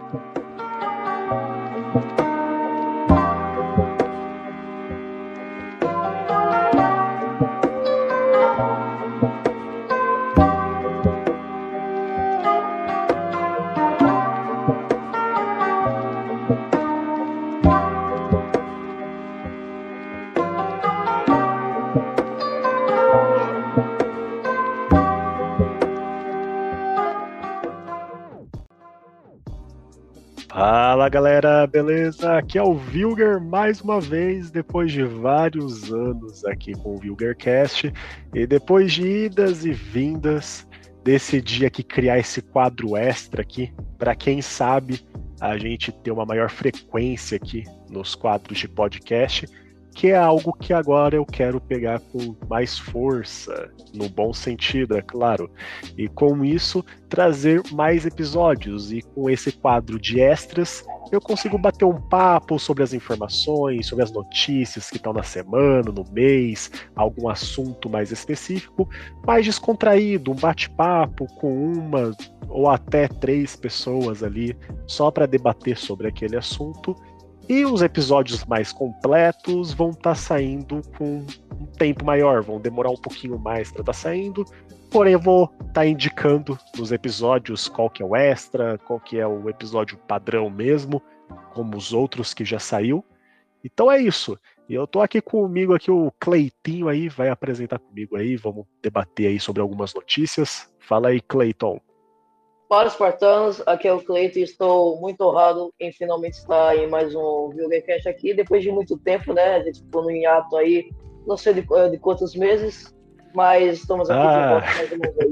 Fala galera, beleza? Aqui é o Vilger mais uma vez, depois de vários anos aqui com o VilgerCast, e depois de idas e vindas, decidi aqui criar esse quadro extra aqui, para quem sabe a gente ter uma maior frequência aqui nos quadros de podcast, que é algo que agora eu quero pegar com mais força, no bom sentido, é claro, e com isso trazer mais episódios, e com esse quadro de extras eu consigo bater um papo sobre as informações, sobre as notícias que estão na semana, no mês, algum assunto mais específico, mais descontraído, um bate-papo com uma ou até 3 pessoas ali, só para debater sobre aquele assunto. E os episódios mais completos vão estar saindo com um tempo maior, vão demorar um pouquinho mais para estar saindo, porém eu vou estar indicando nos episódios qual que é o extra, qual que é o episódio padrão mesmo, como os outros que já saiu. Então é isso. E eu tô aqui comigo, aqui o Cleitinho aí, vai apresentar comigo aí, vamos debater aí sobre algumas notícias. Fala aí, Cleiton. Fala, espartanos, aqui é o Cleiton e estou muito honrado em finalmente estar em mais um VilgerCast aqui, depois de muito tempo, né? A gente ficou no hiato aí, não sei de quantos meses, mas estamos aqui de volta mais uma vez.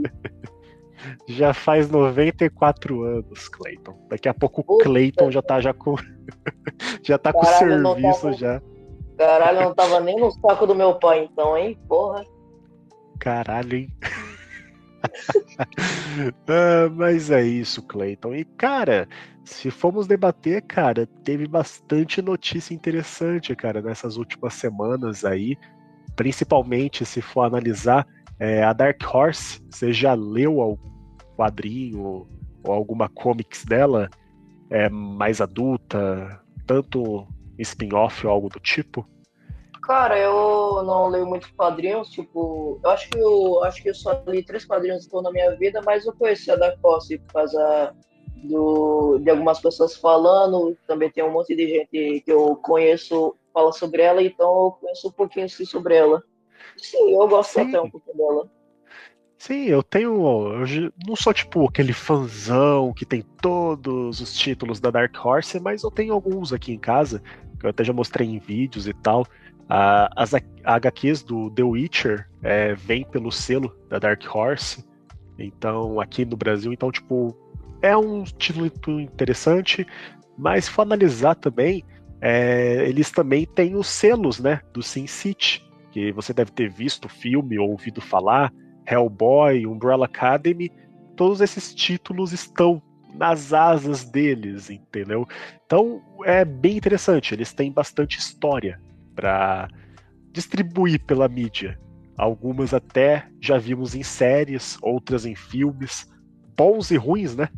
Já faz 94 anos, Cleiton. Daqui a pouco o Puta, Cleiton já tá já tá com serviço já. Caralho, eu não tava nem no saco do meu pai, então, hein? Porra. Caralho, hein? Mas é isso, Cleiton. E, cara, se formos debater, cara, teve bastante notícia interessante, cara, nessas últimas semanas aí. Principalmente se for analisar a Dark Horse. Você já leu algum quadrinho ou alguma comics dela? Mais adulta? Tanto spin-off ou algo do tipo? Cara, eu não leio muitos quadrinhos, tipo, eu acho que eu só li 3 quadrinhos que estão na minha vida, mas eu conheci a Dark Horse por causa de algumas pessoas falando, também tem um monte de gente que eu conheço fala sobre ela, então eu conheço um pouquinho assim sobre ela. Sim, eu gosto até um Sim, pouco dela. sim, não sou tipo aquele fãzão que tem todos os títulos da Dark Horse, mas eu tenho alguns aqui em casa, que eu até já mostrei em vídeos e tal. As HQs do The Witcher vêm pelo selo da Dark Horse, então aqui no Brasil, então tipo, é um título interessante, mas se for analisar também, eles também têm os selos, né, do Sin City, que você deve ter visto o filme ou ouvido falar. Hellboy, Umbrella Academy, todos esses títulos estão nas asas deles, entendeu? Então é bem interessante, eles têm bastante história para distribuir pela mídia. Algumas até já vimos em séries, outras em filmes, bons e ruins, né?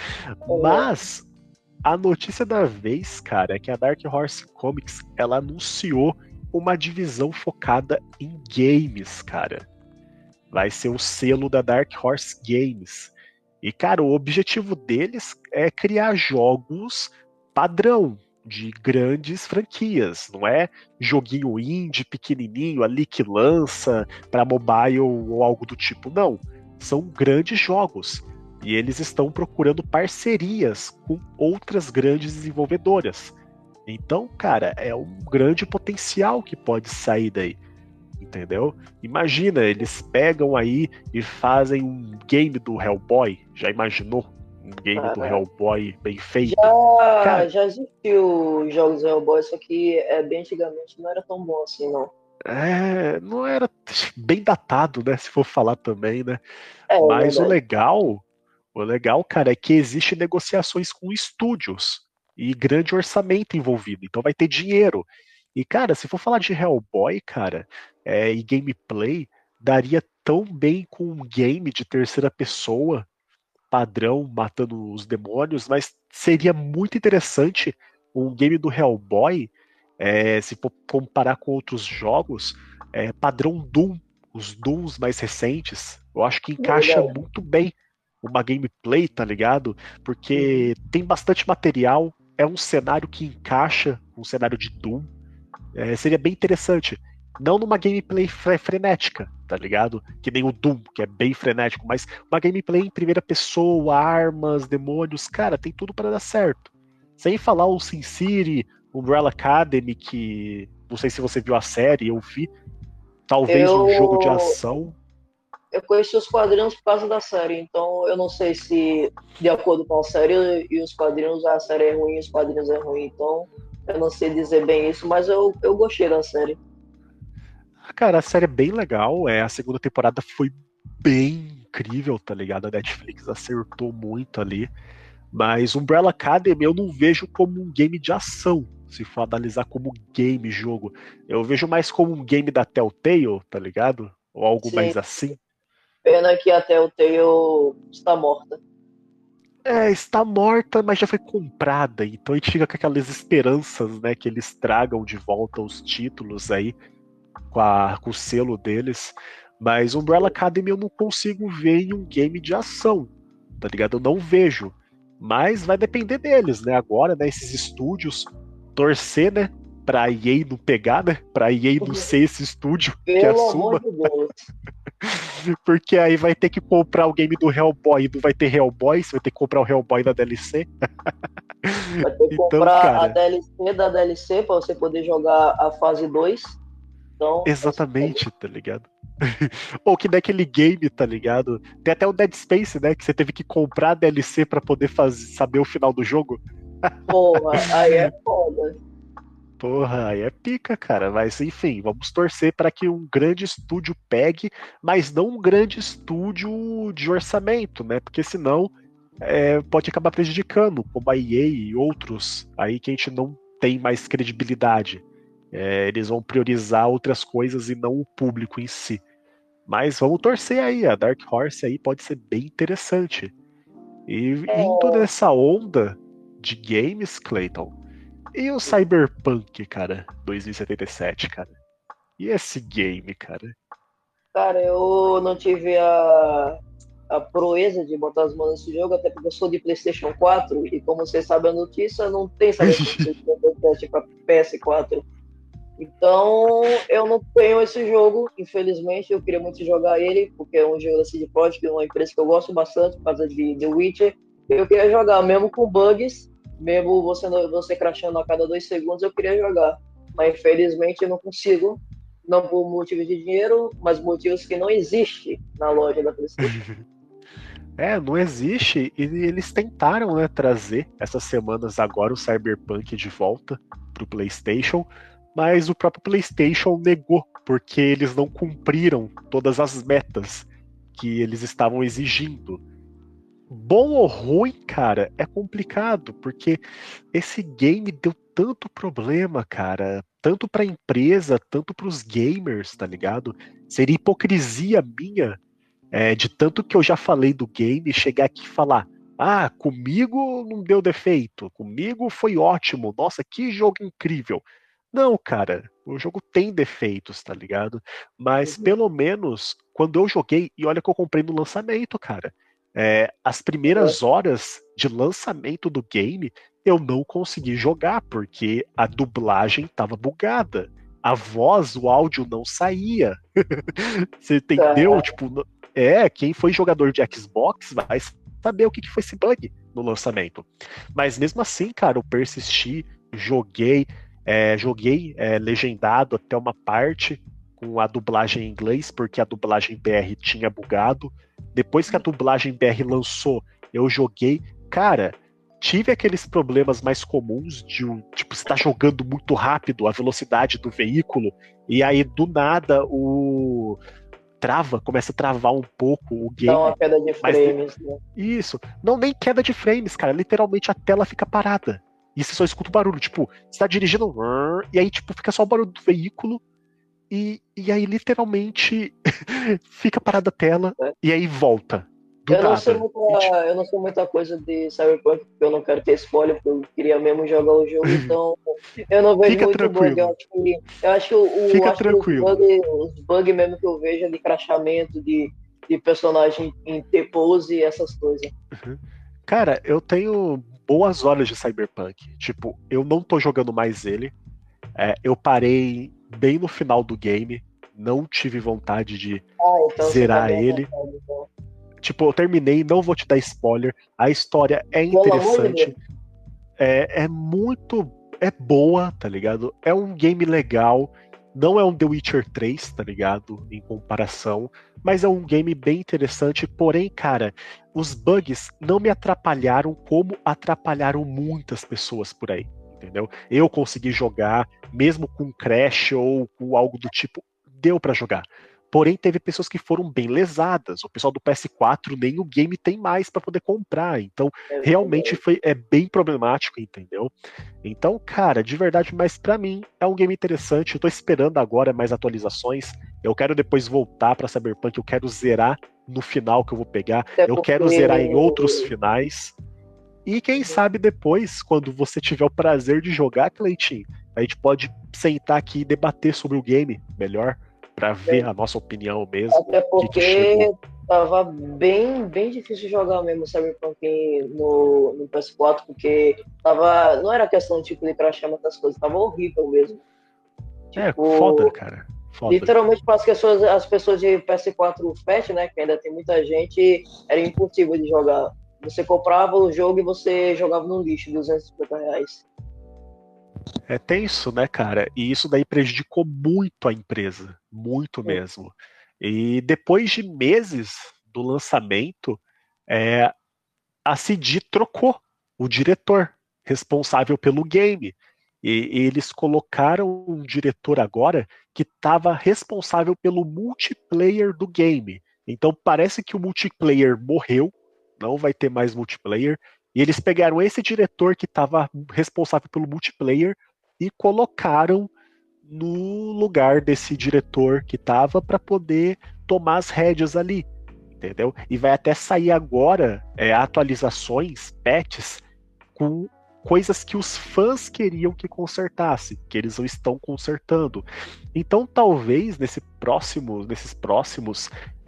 Mas a notícia da vez, cara, é que a Dark Horse Comics ela anunciou uma divisão focada em games, cara. Vai ser o selo da Dark Horse Games. E, cara, o objetivo deles é criar jogos padrão de grandes franquias. Não é joguinho indie pequenininho ali que lança para mobile ou algo do tipo. Não. São grandes jogos. E eles estão procurando parcerias com outras grandes desenvolvedoras. Então, cara, é um grande potencial que pode sair daí. Entendeu? Imagina, eles pegam aí e fazem um game do Hellboy. Já imaginou? Um game do Cara, Hellboy bem feito? já, Cara, já existiu jogos Hellboy, só que bem antigamente não era tão bom assim, não. não era bem datado, né? Se for falar também, né? É Mas verdade. o legal, cara, é que existe negociações com estúdios e grande orçamento envolvido. Então vai ter dinheiro. E, cara, se for falar de Hellboy, cara, e gameplay, daria tão bem com um game de terceira pessoa, padrão, matando os demônios, mas seria muito interessante um game do Hellboy, se for comparar com outros jogos, padrão Doom, os Dooms mais recentes, eu acho que encaixa Verdade. muito bem uma gameplay, tá ligado? Uhum. Porque tem bastante material, é um cenário que encaixa um cenário de Doom, seria bem interessante. Não numa gameplay frenética, tá ligado? Que nem o Doom, que é bem frenético, mas uma gameplay em primeira pessoa, armas, demônios, cara, tem tudo para dar certo. Sem falar o Sin City, Umbrella Academy, que não sei se você viu a série, eu vi. Talvez um jogo de Eu, ação. eu conheci os quadrinhos por causa da série, então eu não sei se, de acordo com a série e os quadrinhos, a série é ruim e os quadrinhos é ruim, então eu não sei dizer bem isso, mas eu gostei da série. Cara, a série é bem legal. A segunda temporada foi bem incrível, tá ligado? A Netflix acertou muito ali. Mas Umbrella Academy eu não vejo como um game de ação, se for analisar como game jogo. Eu vejo mais como um game da Telltale, tá ligado? Ou algo Sim, mais assim. pena que até o Tale está morta. Está morta, mas já foi comprada. Então a gente fica com aquelas esperanças, né? Que eles tragam de volta os títulos aí com o selo deles. Mas Umbrella Academy eu não consigo ver em um game de ação, tá ligado? Eu não vejo. Mas vai depender deles, né? Agora, né? Esses estúdios, torcer, né? Pra EA não pegar, né? Pra EA não ser esse estúdio que Pelo amor assuma, de Deus. porque aí vai ter que comprar o game do Hellboy e não vai ter Hellboy, você vai ter que comprar o Hellboy da DLC. Vai ter que Então, comprar a cara, DLC da DLC para você poder jogar a fase 2. Então, vai ser exatamente, tá ligado? Ou que daquele game, tá ligado? Tem até o Dead Space, né? Que você teve que comprar a DLC pra poder saber o final do jogo. porra, aí é foda. Porra, aí é pica, cara. Mas enfim, vamos torcer para que um grande estúdio pegue, mas não um grande estúdio de orçamento, né? Porque senão pode acabar prejudicando, como a EA e outros aí que a gente não tem mais credibilidade. Eles vão priorizar outras coisas e não o público em si. Mas vamos torcer aí, a Dark Horse aí pode ser bem interessante. E indo É, nessa onda de games, Clayton, e o Cyberpunk, cara, 2077, cara? E esse game, cara? cara, eu não tive a proeza de botar as mãos nesse jogo, até porque eu sou de PlayStation 4 e, como vocês sabem a notícia, não tem Cyberpunk 2077 para PS4. Então, eu não tenho esse jogo, infelizmente. Eu queria muito jogar ele, porque é um jogo da CD Projekt, uma empresa que eu gosto bastante, por causa de The Witcher. Eu queria jogar, mesmo com bugs, mesmo você crashando a cada 2 segundos, eu queria jogar. Mas, infelizmente, eu não consigo. Não por motivos de dinheiro, mas motivos que não existem na loja da PlayStation. Não existe. E eles tentaram, né, trazer essas semanas agora o Cyberpunk de volta pro PlayStation, mas o próprio PlayStation negou, porque eles não cumpriram todas as metas que eles estavam exigindo. Bom ou ruim, cara, é complicado, porque esse game deu tanto problema, cara, tanto pra empresa, tanto pros gamers, tá ligado? Seria hipocrisia minha, de tanto que eu já falei do game, chegar aqui e falar: ah, comigo não deu defeito, comigo foi ótimo, nossa, que jogo incrível. Não, cara, o jogo tem defeitos, tá ligado? Mas Uhum. pelo menos quando eu joguei, e olha que eu comprei no lançamento, cara, as primeiras horas de lançamento do game eu não consegui jogar porque a dublagem tava bugada. A voz, o áudio não saía. Você entendeu? Tá. Tipo, quem foi jogador de Xbox vai saber o que foi esse bug no lançamento. Mas mesmo assim, cara, eu persisti, joguei, legendado até uma parte com a dublagem em inglês, porque a dublagem BR tinha bugado. Depois que a dublagem BR lançou, eu joguei. Cara, tive aqueles problemas mais comuns de tipo, você tá jogando muito rápido, a velocidade do veículo, e aí do nada começa a travar um pouco o Dá uma game, queda de mas frames, né? isso, não nem queda de frames, cara, literalmente a tela fica parada. E você só escuta o barulho, tipo, você tá dirigindo, e aí, tipo, fica só o barulho do veículo, e aí, literalmente, fica parada a tela, e aí volta. do nada. Eu não sei muita coisa de Cyberpunk, porque eu não quero ter spoiler, porque eu queria mesmo jogar o jogo, então eu não vejo Fica muito bug. tranquilo, Eu fica acho que tranquilo. os bug mesmo que eu vejo é de crashamento, de personagem em T-pose e essas coisas. Uhum. Cara, eu tenho boas horas de Cyberpunk. Tipo, eu não tô jogando mais ele. Eu parei bem no final do game. Não tive vontade de Ah, então você tá zerar bem ele. avançado, então. Tipo, eu terminei, não vou te dar spoiler. A história é Pelo amor de interessante. Deus. É muito. É boa, tá ligado? É um game legal. Não é um The Witcher 3, tá ligado? Em comparação. Mas é um game bem interessante. Porém, cara, os bugs não me atrapalharam como atrapalharam muitas pessoas por aí. Entendeu? Eu consegui jogar, mesmo com crash ou com algo do tipo, deu pra jogar. Porém, teve pessoas que foram bem lesadas. O pessoal do PS4 nem o game tem mais para poder comprar. Então, É realmente verdade. é bem problemático, entendeu? Então, cara, de verdade, mas pra mim é um game interessante. Eu tô esperando agora mais atualizações. Eu quero depois voltar pra Cyberpunk, eu quero zerar no final que eu vou pegar. Até Eu porque quero zerar em outros finais. E quem sabe depois, quando você tiver o prazer de jogar, Cleitinho, a gente pode sentar aqui e debater sobre o game melhor, pra ver a nossa opinião mesmo, Até o que que chegou. porque tava bem difícil jogar mesmo Cyberpunk no PS4, porque não era questão tipo, de crashamento das coisas, tava horrível mesmo. Foda, Tipo, cara. Foda. literalmente para as pessoas de PS4 Fat, né, que ainda tem muita gente, era impossível de jogar. Você comprava o jogo e você jogava no lixo, R$ 250. É tenso, né, cara? E isso daí prejudicou muito a empresa, muito mesmo. E depois de meses do lançamento, é, a CD trocou o diretor responsável pelo game. E eles colocaram um diretor agora que estava responsável pelo multiplayer do game. Então parece que o multiplayer morreu, não vai ter mais multiplayer. E eles pegaram esse diretor que estava responsável pelo multiplayer e colocaram no lugar desse diretor que estava para poder tomar as rédeas ali, entendeu? E vai até sair agora atualizações, patches, com coisas que os fãs queriam que consertasse, que eles não estão consertando. Então, talvez nesses próximos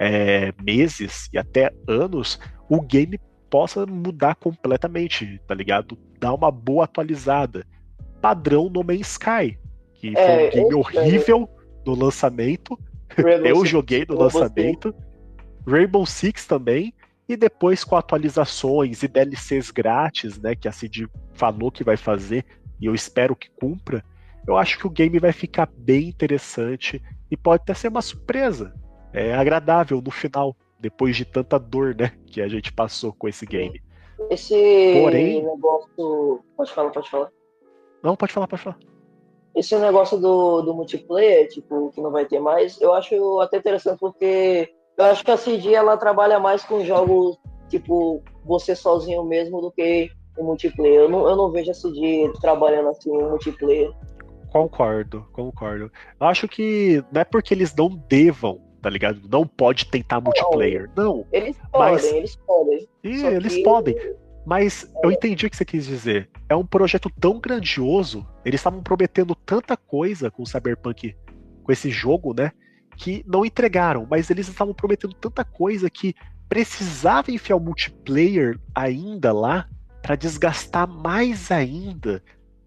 meses e até anos, o game possa mudar completamente, tá ligado? Dar uma boa atualizada. Padrão No Man's Sky, que foi um game horrível no lançamento. Rainbow Eu Six, joguei no Rainbow Six. lançamento. Rainbow Six também, e depois com atualizações e DLCs grátis, né, que a CD falou que vai fazer, e eu espero que cumpra, eu acho que o game vai ficar bem interessante e pode até ser uma surpresa. É agradável no final, depois de tanta dor, né, que a gente passou com esse game. Esse Porém, negócio. Pode falar, pode falar. não, pode falar, pode falar. Esse negócio do multiplayer, tipo, que não vai ter mais, eu acho até interessante porque eu acho que a CD ela trabalha mais com jogos, tipo, você sozinho mesmo do que em multiplayer. Eu não vejo a CD trabalhando assim em multiplayer. Concordo, concordo. Eu acho que não é porque eles não devam, tá ligado? Não pode tentar Não, multiplayer. Não. eles Mas podem, eles podem. Só eles que podem. Mas eu entendi o que você quis dizer. É um projeto tão grandioso, eles estavam prometendo tanta coisa com o Cyberpunk, com esse jogo, né? Que não entregaram, mas eles estavam prometendo tanta coisa que precisava enfiar o multiplayer ainda lá para desgastar mais ainda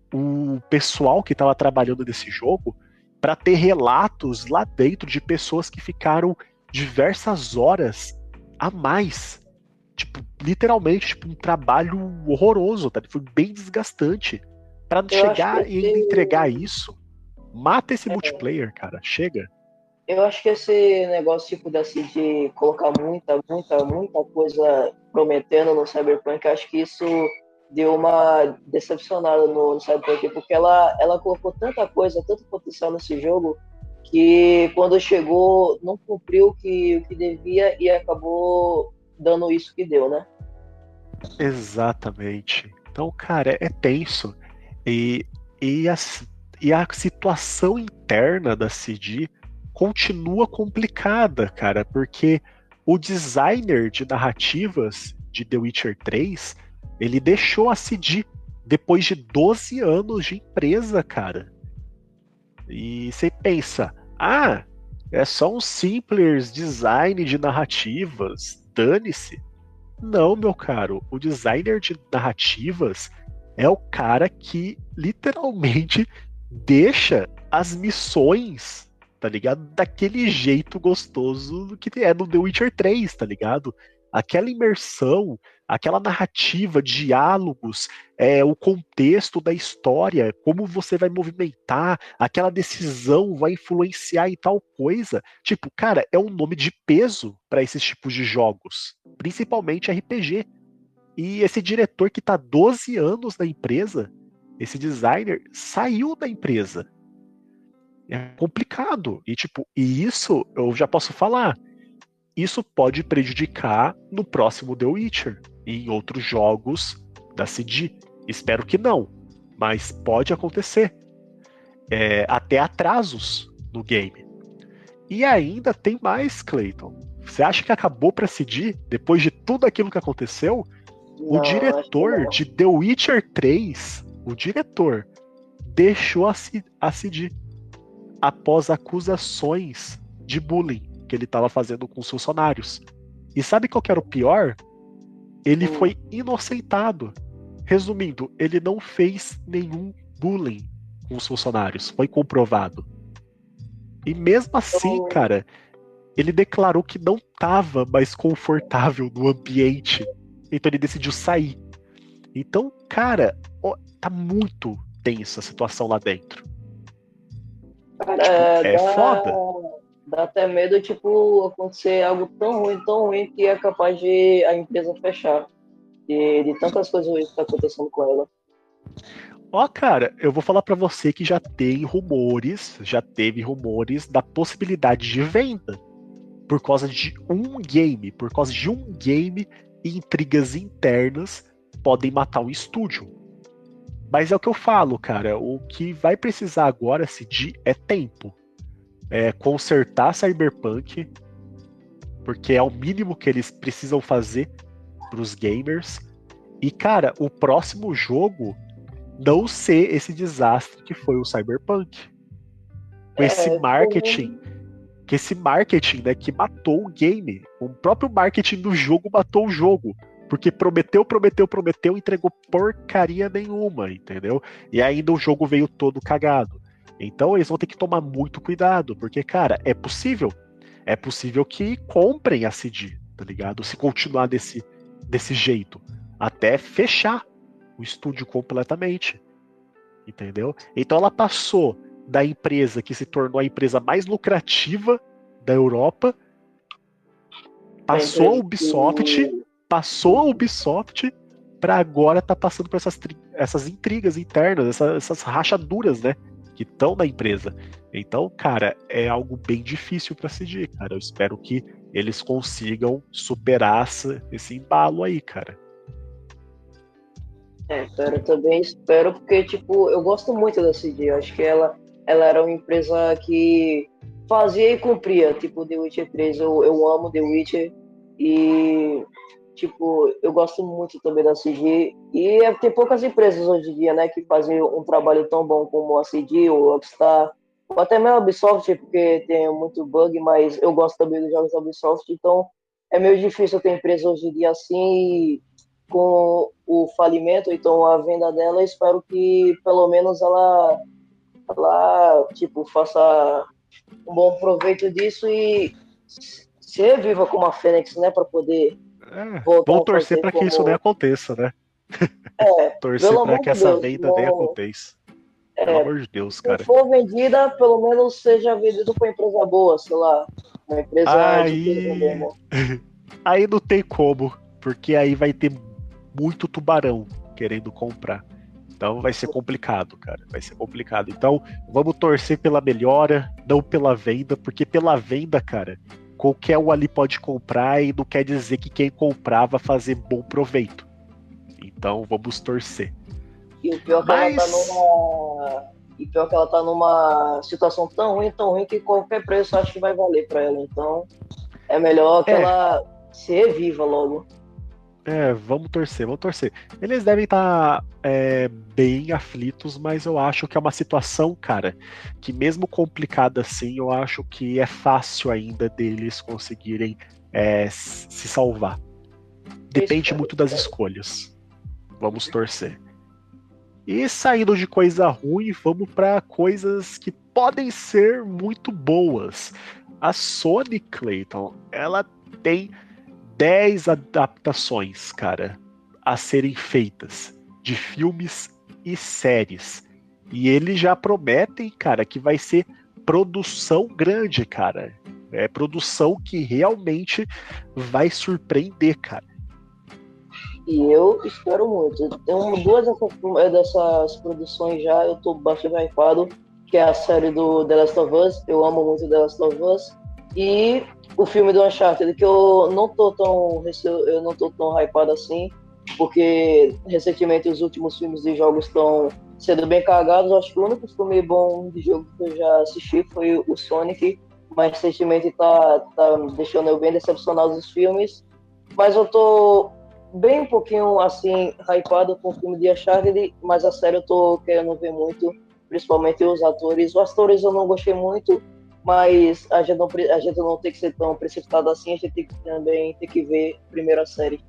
o pessoal que estava trabalhando nesse jogo, para ter relatos lá dentro de pessoas que ficaram diversas horas a mais, tipo, literalmente, tipo, um trabalho horroroso, tá? Foi bem desgastante. Pra eu acho que chegar e ainda entregar isso, mata esse multiplayer, cara. Chega. eu acho que esse negócio tipo desse de colocar muita coisa prometendo no Cyberpunk, acho que isso deu uma decepcionada no Cyberpunk, porque ela colocou tanta coisa, tanto potencial nesse jogo, que quando chegou não cumpriu o que devia e acabou dando isso que deu, né? Exatamente. Então, cara, é tenso. E, e, a, e a situação interna da CD continua complicada, cara, porque o designer de narrativas de The Witcher 3, ele deixou a CD depois de 12 anos de empresa, cara. E você pensa, é só um simples design de narrativas, dane-se. Não, meu caro, o designer de narrativas é o cara que literalmente deixa as missões, tá ligado? Daquele jeito gostoso que é no The Witcher 3, tá ligado? Aquela imersão, aquela narrativa, diálogos, o contexto da história, como você vai movimentar, aquela decisão vai influenciar em tal coisa. Tipo, cara, é um nome de peso para esses tipos de jogos, principalmente RPG. E esse diretor que tá 12 anos na empresa, esse designer, saiu da empresa. É complicado. E tipo, e isso eu já posso falar. Isso pode prejudicar no próximo The Witcher e em outros jogos da CD. Espero que não, mas pode acontecer. Até atrasos no game. E ainda tem mais, Clayton. Você acha que acabou pra CD depois de tudo aquilo que aconteceu? O Não, acho que diretor não. de The Witcher 3, o diretor, deixou a CD após acusações de bullying que ele estava fazendo com os funcionários. E sabe qual que era o pior? Ele foi inocentado. Resumindo, ele não fez nenhum bullying com os funcionários. Foi comprovado. E mesmo assim, Então, cara, ele declarou que não estava mais confortável no ambiente. Então ele decidiu sair. Então, cara, tá muito tensa a situação lá dentro. Tipo, cara, é dá, foda. dá até medo, tipo, acontecer algo tão ruim que é capaz de a empresa fechar. De tantas coisas ruins que tá acontecendo com ela. Ó, cara, eu vou falar pra você que já teve rumores da possibilidade de venda por causa de um game, e intrigas internas podem matar um estúdio. Mas é o que eu falo, cara, o que vai precisar agora, CD, é tempo. É consertar Cyberpunk, porque é o mínimo que eles precisam fazer pros gamers. E, cara, o próximo jogo não ser esse desastre que foi o Cyberpunk. Com esse marketing, Também, né, que matou o game. O próprio marketing do jogo matou o jogo. Porque prometeu, entregou porcaria nenhuma, entendeu? E ainda o jogo veio todo cagado. Então eles vão ter que tomar muito cuidado, porque, cara, é possível. É possível que comprem a CD, tá ligado? Se continuar desse jeito. Até fechar o estúdio completamente. Entendeu? Então ela passou da empresa que se tornou a empresa mais lucrativa da Europa, a passou a empresa Ubisoft, para agora tá passando por essas intrigas internas, essas rachaduras, né, que estão na empresa. Então, cara, é algo bem difícil para seguir, cara. Eu espero que eles consigam superar esse embalo aí, cara. cara, eu também espero, porque, tipo, eu gosto muito da CD. Eu acho que ela era uma empresa que fazia e cumpria. Tipo, The Witcher 3, eu amo The Witcher. E, tipo, eu gosto muito também da CD. E tem poucas empresas hoje em dia, né, que fazem um trabalho tão bom como a CD, o Rockstar, ou até mesmo a Ubisoft, porque tem muito bug, mas eu gosto também dos jogos da Ubisoft. Então, é meio difícil ter empresa hoje em dia assim, com o falimento, então a venda dela, espero que pelo menos ela tipo, faça um bom proveito disso e se reviva como a Fênix, né, para poder voltar Vamos a torcer fazer para que isso nem como. aconteça, né? Torcer Pelo para amor que de essa Deus, venda nem não, aconteça. Pelo amor de Deus, se cara. for vendida, pelo menos seja vendido para uma empresa boa, sei lá, uma empresa de peso Aí. mesmo. Aí não tem como, porque aí vai ter muito tubarão querendo comprar. Então vai ser complicado, cara. Vai ser complicado. Então vamos torcer pela melhora, não pela venda, porque pela venda, cara, qualquer um ali pode comprar e não quer dizer que quem comprar vai fazer bom proveito. Então vamos torcer. E o pior é que ela tá Mas. numa. E pior que ela tá numa situação tão ruim, que qualquer preço acho que vai valer para ela. Então, É melhor que É, ela se reviva logo. vamos torcer, vamos torcer. Eles devem estar bem aflitos, mas eu acho que é uma situação, cara, que mesmo complicada assim, eu acho que é fácil ainda deles conseguirem se salvar. Eu Depende espero, muito das escolhas. Vamos torcer. E saindo de coisa ruim, vamos para coisas que podem ser muito boas. A Sony, Clayton, ela tem 10 adaptações, cara, a serem feitas de filmes e séries. E eles já prometem, cara, que vai ser produção grande, cara. É produção que realmente vai surpreender, cara. e eu espero muito. Tem duas dessas produções já, eu tô bastante hypado, que é a série do The Last of Us. Eu amo muito The Last of Us. E o filme do Uncharted, que eu não tô tão hypado assim, porque recentemente os últimos filmes de jogos estão sendo bem cagados. Acho que o único filme bom de jogo que eu já assisti foi o Sonic, mas recentemente tá deixando eu bem decepcionado os filmes. Mas eu tô bem um pouquinho assim, hypado com o filme de Uncharted, mas a série eu tô querendo ver muito, principalmente os atores. Os atores eu não gostei muito, mas a gente não tem que ser tão precipitado assim, a gente tem que também ter que ver primeiro a série.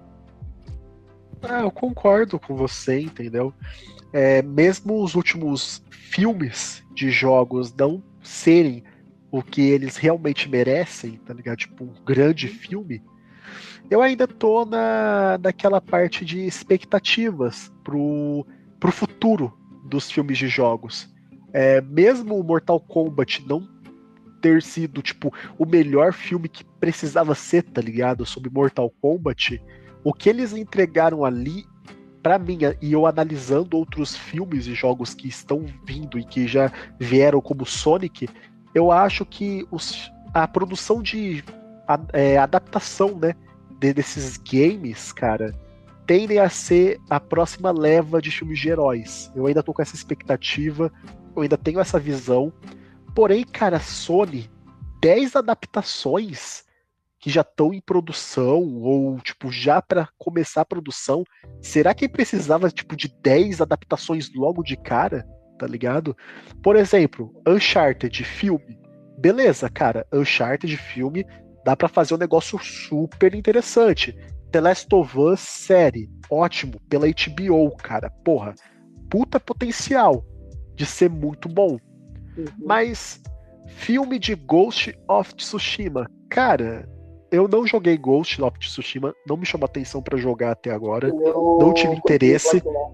Eu concordo com você, entendeu? Mesmo os últimos filmes de jogos não serem o que eles realmente merecem, tá ligado? Tipo, um grande filme, eu ainda tô naquela parte de expectativas pro futuro dos filmes de jogos. Mesmo o Mortal Kombat não ter sido, tipo, o melhor filme que precisava ser, tá ligado? Sobre Mortal Kombat, o que eles entregaram ali pra mim, e eu analisando outros filmes e jogos que estão vindo e que já vieram como Sonic, eu acho que a produção de adaptação, né, desses games, cara, tendem a ser a próxima leva de filmes de heróis. Eu ainda tô com essa expectativa, eu ainda tenho essa visão. Porém, cara, Sony, 10 adaptações que já estão em produção ou tipo já para começar a produção, será que precisava tipo de 10 adaptações logo de cara, tá ligado? Por exemplo, Uncharted filme. Beleza, cara, Uncharted filme dá para fazer um negócio super interessante. The Last of Us série, ótimo, pela HBO, cara. Porra, puta potencial de ser muito bom. Uhum. Mas filme de Ghost of Tsushima, cara, eu não joguei Ghost of Tsushima, não me chamou atenção pra jogar até agora, não tive Eu consegui interesse. platinar.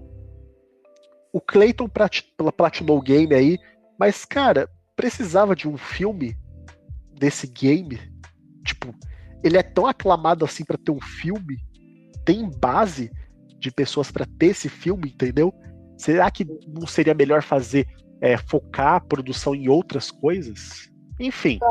O Clayton platinou o game aí, mas cara, precisava de um filme desse game, tipo, ele é tão aclamado assim pra ter um filme, tem base de pessoas pra ter esse filme, entendeu? Será que não seria melhor fazer focar a produção em outras coisas? Enfim.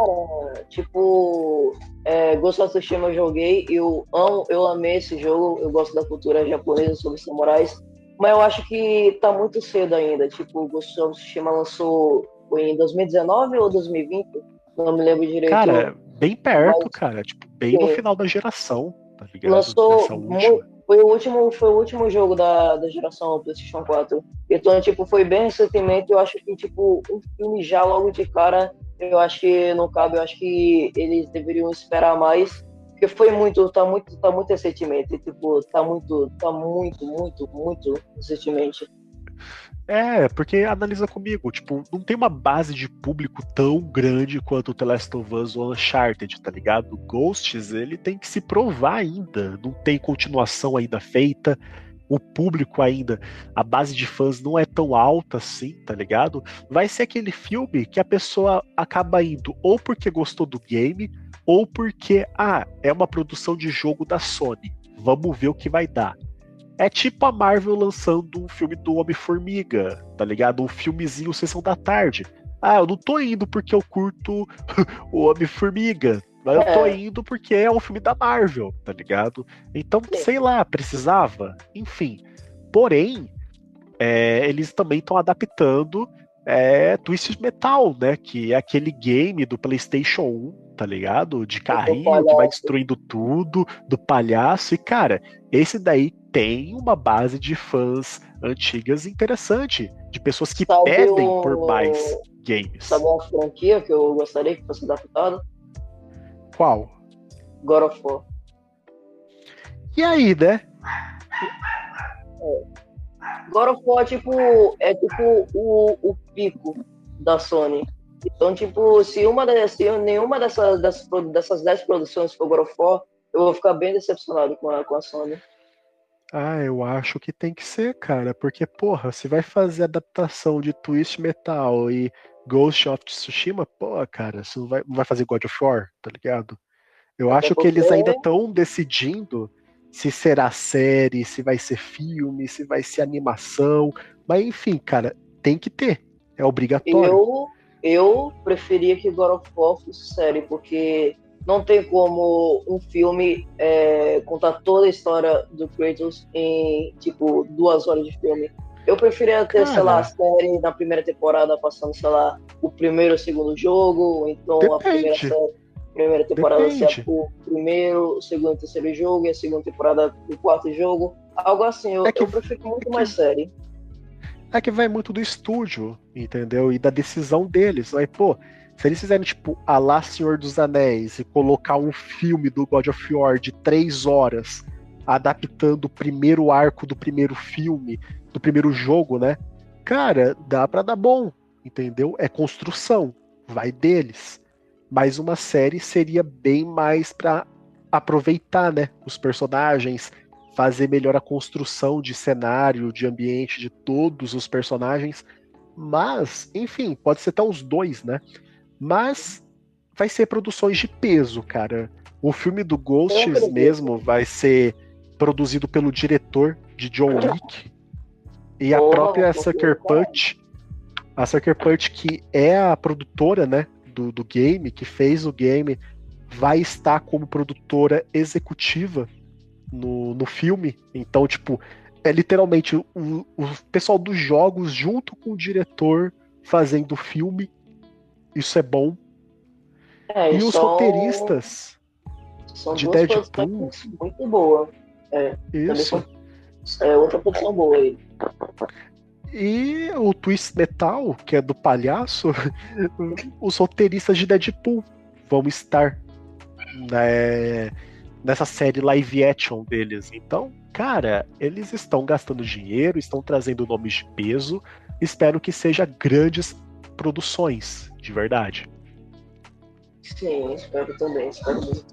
Tipo, Ghost of Tsushima eu joguei, eu amei esse jogo, eu gosto da cultura japonesa sobre samurais, mas eu acho que tá muito cedo ainda. Tipo, Ghost of Tsushima lançou foi em 2019 ou 2020, não me lembro direito, Cara, bem perto, mas cara. Tipo, bem no sim, final da geração, tá ligado? Dessa última. foi o último jogo da geração PlayStation 4. Então, tipo, foi bem recentemente. Eu acho que, tipo, um filme já logo de cara, eu acho que não cabe. Eu acho que eles deveriam esperar mais. Porque tá muito recentemente. Tipo, tá muito recentemente. Porque analisa comigo, tipo, não tem uma base de público tão grande quanto o The Last of Us ou Uncharted, tá ligado? Ghosts, ele tem que se provar ainda, não tem continuação ainda feita, o público ainda, a base de fãs não é tão alta assim, tá ligado? Vai ser aquele filme que a pessoa acaba indo ou porque gostou do game, ou porque, é uma produção de jogo da Sony, vamos ver o que vai dar. É tipo a Marvel lançando um filme do Homem-Formiga, tá ligado? Um filmezinho Sessão da Tarde. Eu não tô indo porque eu curto o Homem-Formiga, mas eu tô É, indo porque é um filme da Marvel, tá ligado? Então, sei lá, precisava. Enfim. Porém, eles também estão adaptando é Twisted Metal, né? Que é aquele game do PlayStation 1, tá ligado? De Do carrinho que vai palhaço. destruindo tudo, do palhaço. E, cara, esse daí tem uma base de fãs antigas interessante, de pessoas que Sabe pedem por mais um, sabe games. uma franquia que eu gostaria que fosse adaptada? Qual? God of War. E aí, né? God of War, tipo, é tipo o pico da Sony. Então, tipo, se nenhuma dessas 10 produções for God of War, eu vou ficar bem decepcionado com a Sony. Ah, eu acho que tem que ser, cara, porque, porra, se vai fazer adaptação de Twist Metal e Ghost of Tsushima, pô, cara, você não vai fazer God of War, tá ligado? Eu Até acho que porque eles ainda estão decidindo se será série, se vai ser filme, se vai ser animação, mas enfim, cara, tem que ter, é obrigatório. eu, eu preferia que God of War fosse série, porque não tem como um filme contar toda a história do Kratos em, tipo, 2 horas de filme. Eu preferia ter, sei lá, a Cara, série na primeira temporada passando, sei lá, o primeiro ou segundo jogo, ou então a depende, primeira temporada ser depende. o primeiro, o segundo e terceiro jogo, e a segunda temporada o quarto jogo. Algo assim, É que, eu prefiro é muito que mais série. É que vai muito do estúdio, entendeu? E da decisão deles. Aí, pô, se eles fizerem, tipo, a lá Senhor dos Anéis e colocar um filme do God of War de 3 horas, adaptando o primeiro arco do primeiro filme, do primeiro jogo, né? Cara, dá pra dar bom, entendeu? É construção, vai deles. Mas uma série seria bem mais pra aproveitar, né? Os personagens, fazer melhor a construção de cenário, de ambiente de todos os personagens. Mas, enfim, pode ser até os dois, né? Mas vai ser produções de peso, cara. O filme do Eu Ghosts acredito. mesmo vai ser produzido pelo diretor de John Wick e a Porra, vou própria conferir, Sucker cara. Punch. A Sucker Punch, que é a produtora, né, do game, que fez o game, vai estar como produtora executiva no filme. Então, tipo, é literalmente o pessoal dos jogos junto com o diretor fazendo o filme. Isso é bom. E E os roteiristas são de duas Deadpool, produções muito boas. Também isso. são outra produção boa aí. E o Twist Metal, que é do palhaço, os roteiristas de Deadpool vão estar, né, nessa série live action deles. Então, cara, eles estão gastando dinheiro, estão trazendo nomes de peso. Espero que seja grandes produções, de verdade. Sim, espero também, espero muito.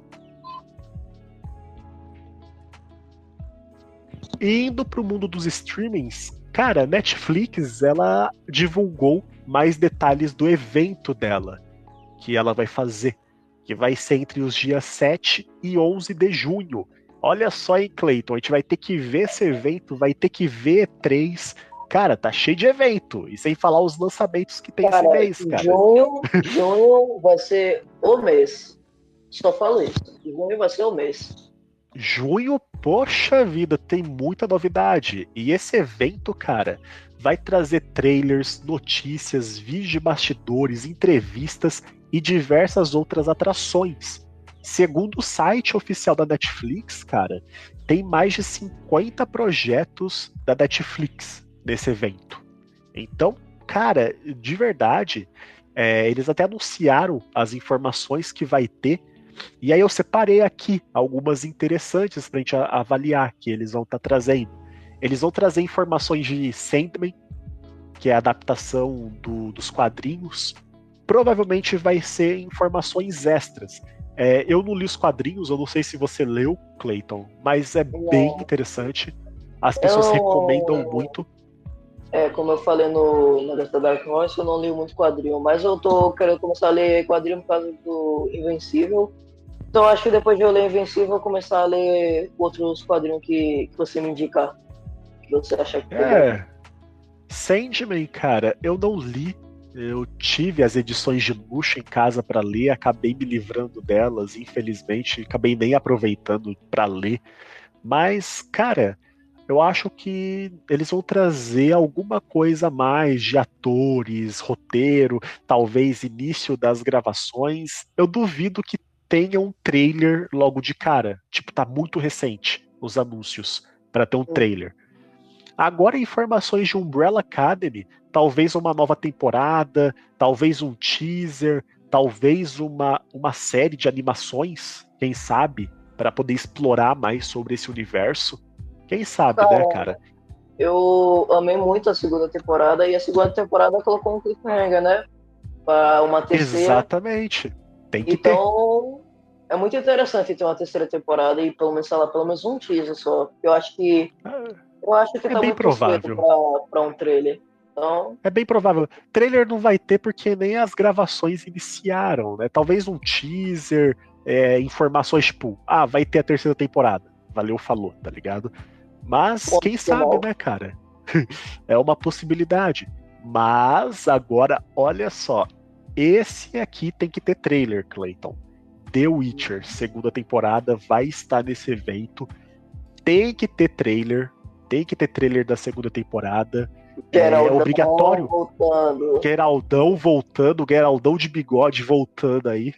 E indo pro mundo dos streamings, cara, a Netflix, ela divulgou mais detalhes do evento dela, que ela vai fazer, que vai ser entre os dias 7 e 11 de junho. Olha só, hein, Clayton, a gente vai ter que ver esse evento, vai ter que ver E3. Cara, tá cheio de evento, e sem falar os lançamentos que tem esse Cara, mês, cara. junho vai ser o mês. Só falo isso. Junho vai ser o mês. Junho, poxa vida, tem muita novidade. E esse evento, cara, vai trazer trailers, notícias, vídeos de bastidores, entrevistas e diversas outras atrações. Segundo o site oficial da Netflix, cara, tem mais de 50 projetos da Netflix nesse evento. Então, cara, de verdade, eles até anunciaram as informações que vai ter e aí eu separei aqui algumas interessantes para a gente avaliar que eles vão estar trazendo. Eles vão trazer informações de Sandman, que é a adaptação dos quadrinhos. Provavelmente vai ser informações extras. Eu não li os quadrinhos, eu não sei se você leu, Clayton, mas é bem Não, interessante. As eu pessoas recomendam não. muito. Como eu falei no negócio da Dark Horse, eu não li muito quadrinho, mas eu tô querendo começar a ler quadrinho por causa do Invencível. Então acho que depois de eu ler Invencível, eu vou começar a ler outros quadrinhos que você me indicar, que você acha que é bom. É, Sandman, cara, eu não li. Eu tive as edições de luxo em casa para ler, acabei me livrando delas, infelizmente, acabei nem aproveitando para ler. Mas, cara, Eu acho que eles vão trazer alguma coisa a mais de atores, roteiro, talvez início das gravações. Eu duvido que tenha um trailer logo de cara. Tipo, tá muito recente os anúncios para ter um trailer. Agora, informações de Umbrella Academy, talvez uma nova temporada, talvez um teaser, talvez uma série de animações, quem sabe, para poder explorar mais sobre esse universo. Quem sabe, né, Cara, cara? eu amei muito a segunda temporada, e a segunda temporada colocou um cliffhanger, né? Para uma terceira. Exatamente. Tem que ter. Então, é muito interessante ter uma terceira temporada e pelo menos, sei lá, pelo menos um teaser só. Eu acho que É tá bem muito cedo provável. para um trailer. Então, É bem provável. Trailer não vai ter porque nem as gravações iniciaram, né? Talvez um teaser, informações tipo, vai ter a terceira temporada. Valeu, falou, tá ligado? Mas quem sabe, final. né, cara? É uma possibilidade. Mas agora, olha só. Esse aqui tem que ter trailer, Clayton. The Witcher, segunda temporada, vai estar nesse evento. Tem que ter trailer. Tem que ter trailer da segunda temporada. É Geraldão obrigatório. voltando. Geraldão voltando, Geraldão de bigode voltando aí.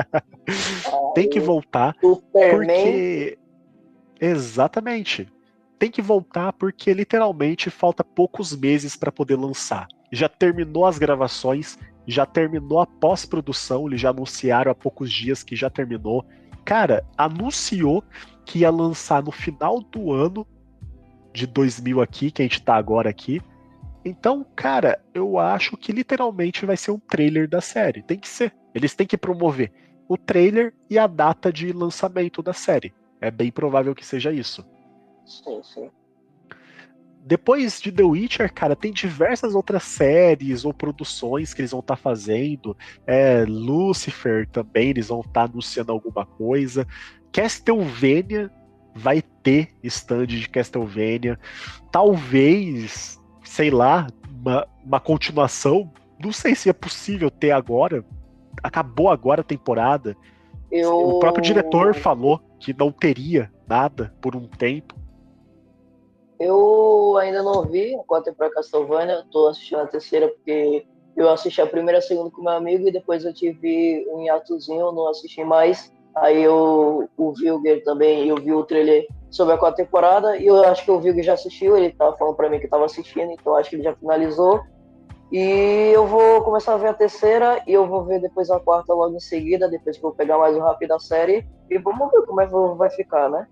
Tem que Aí, voltar, Superman. porque. Exatamente. Tem que voltar porque literalmente falta poucos meses para poder lançar. Já terminou as gravações, já terminou a pós-produção, eles já anunciaram há poucos dias que já terminou. Cara, anunciou que ia lançar no final do ano de 2000 aqui, que a gente tá agora aqui. Então, cara, eu acho que literalmente vai ser um trailer da série. Tem que ser. Eles têm que promover o trailer e a data de lançamento da série. É bem provável que seja isso. Sim, sim. Depois de The Witcher, cara, tem diversas outras séries ou produções que eles vão estar fazendo. Lucifer também, eles vão estar anunciando alguma coisa. Castlevania vai ter stand de Castlevania. Talvez, sei lá, uma continuação. Não sei se é possível ter agora. Acabou agora a temporada. O próprio diretor Eu, falou que não teria nada por um tempo. eu ainda não vi a quarta temporada de Castlevania, tô assistindo a terceira porque eu assisti a primeira e a segunda com meu amigo e depois eu tive um hiatozinho, não assisti mais. Aí o Vilger também, eu vi o trailer sobre a quarta temporada e eu acho que o Vilger já assistiu, ele tava falando pra mim que tava assistindo, então acho que ele já finalizou. E eu vou começar a ver a terceira e eu vou ver depois a quarta logo em seguida, depois que eu pegar mais o rápido da série. E vamos ver como é que vai ficar, né?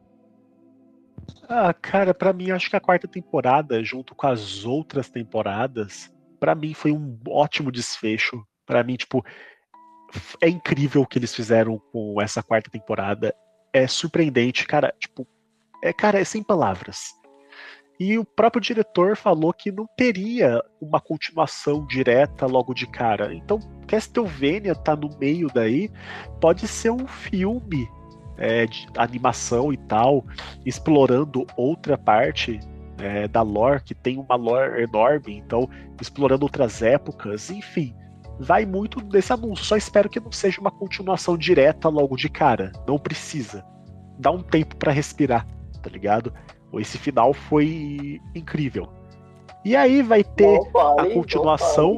Cara, pra mim, acho que a quarta temporada, junto com as outras temporadas, pra mim foi um ótimo desfecho. Pra mim, tipo, é incrível o que eles fizeram com essa quarta temporada. É surpreendente, cara. Tipo, cara, é sem palavras. E o próprio diretor falou que não teria uma continuação direta logo de cara. Então, Castlevania tá no meio daí. Pode ser um filme de animação e tal, explorando outra parte da lore, que tem uma lore enorme, então explorando outras épocas, enfim. Vai muito desse anúncio. Só espero que não seja uma continuação direta logo de cara. Não precisa. Dá um tempo pra respirar, tá ligado? Esse final foi incrível. E aí vai ter Não a fale, não fale. continuação.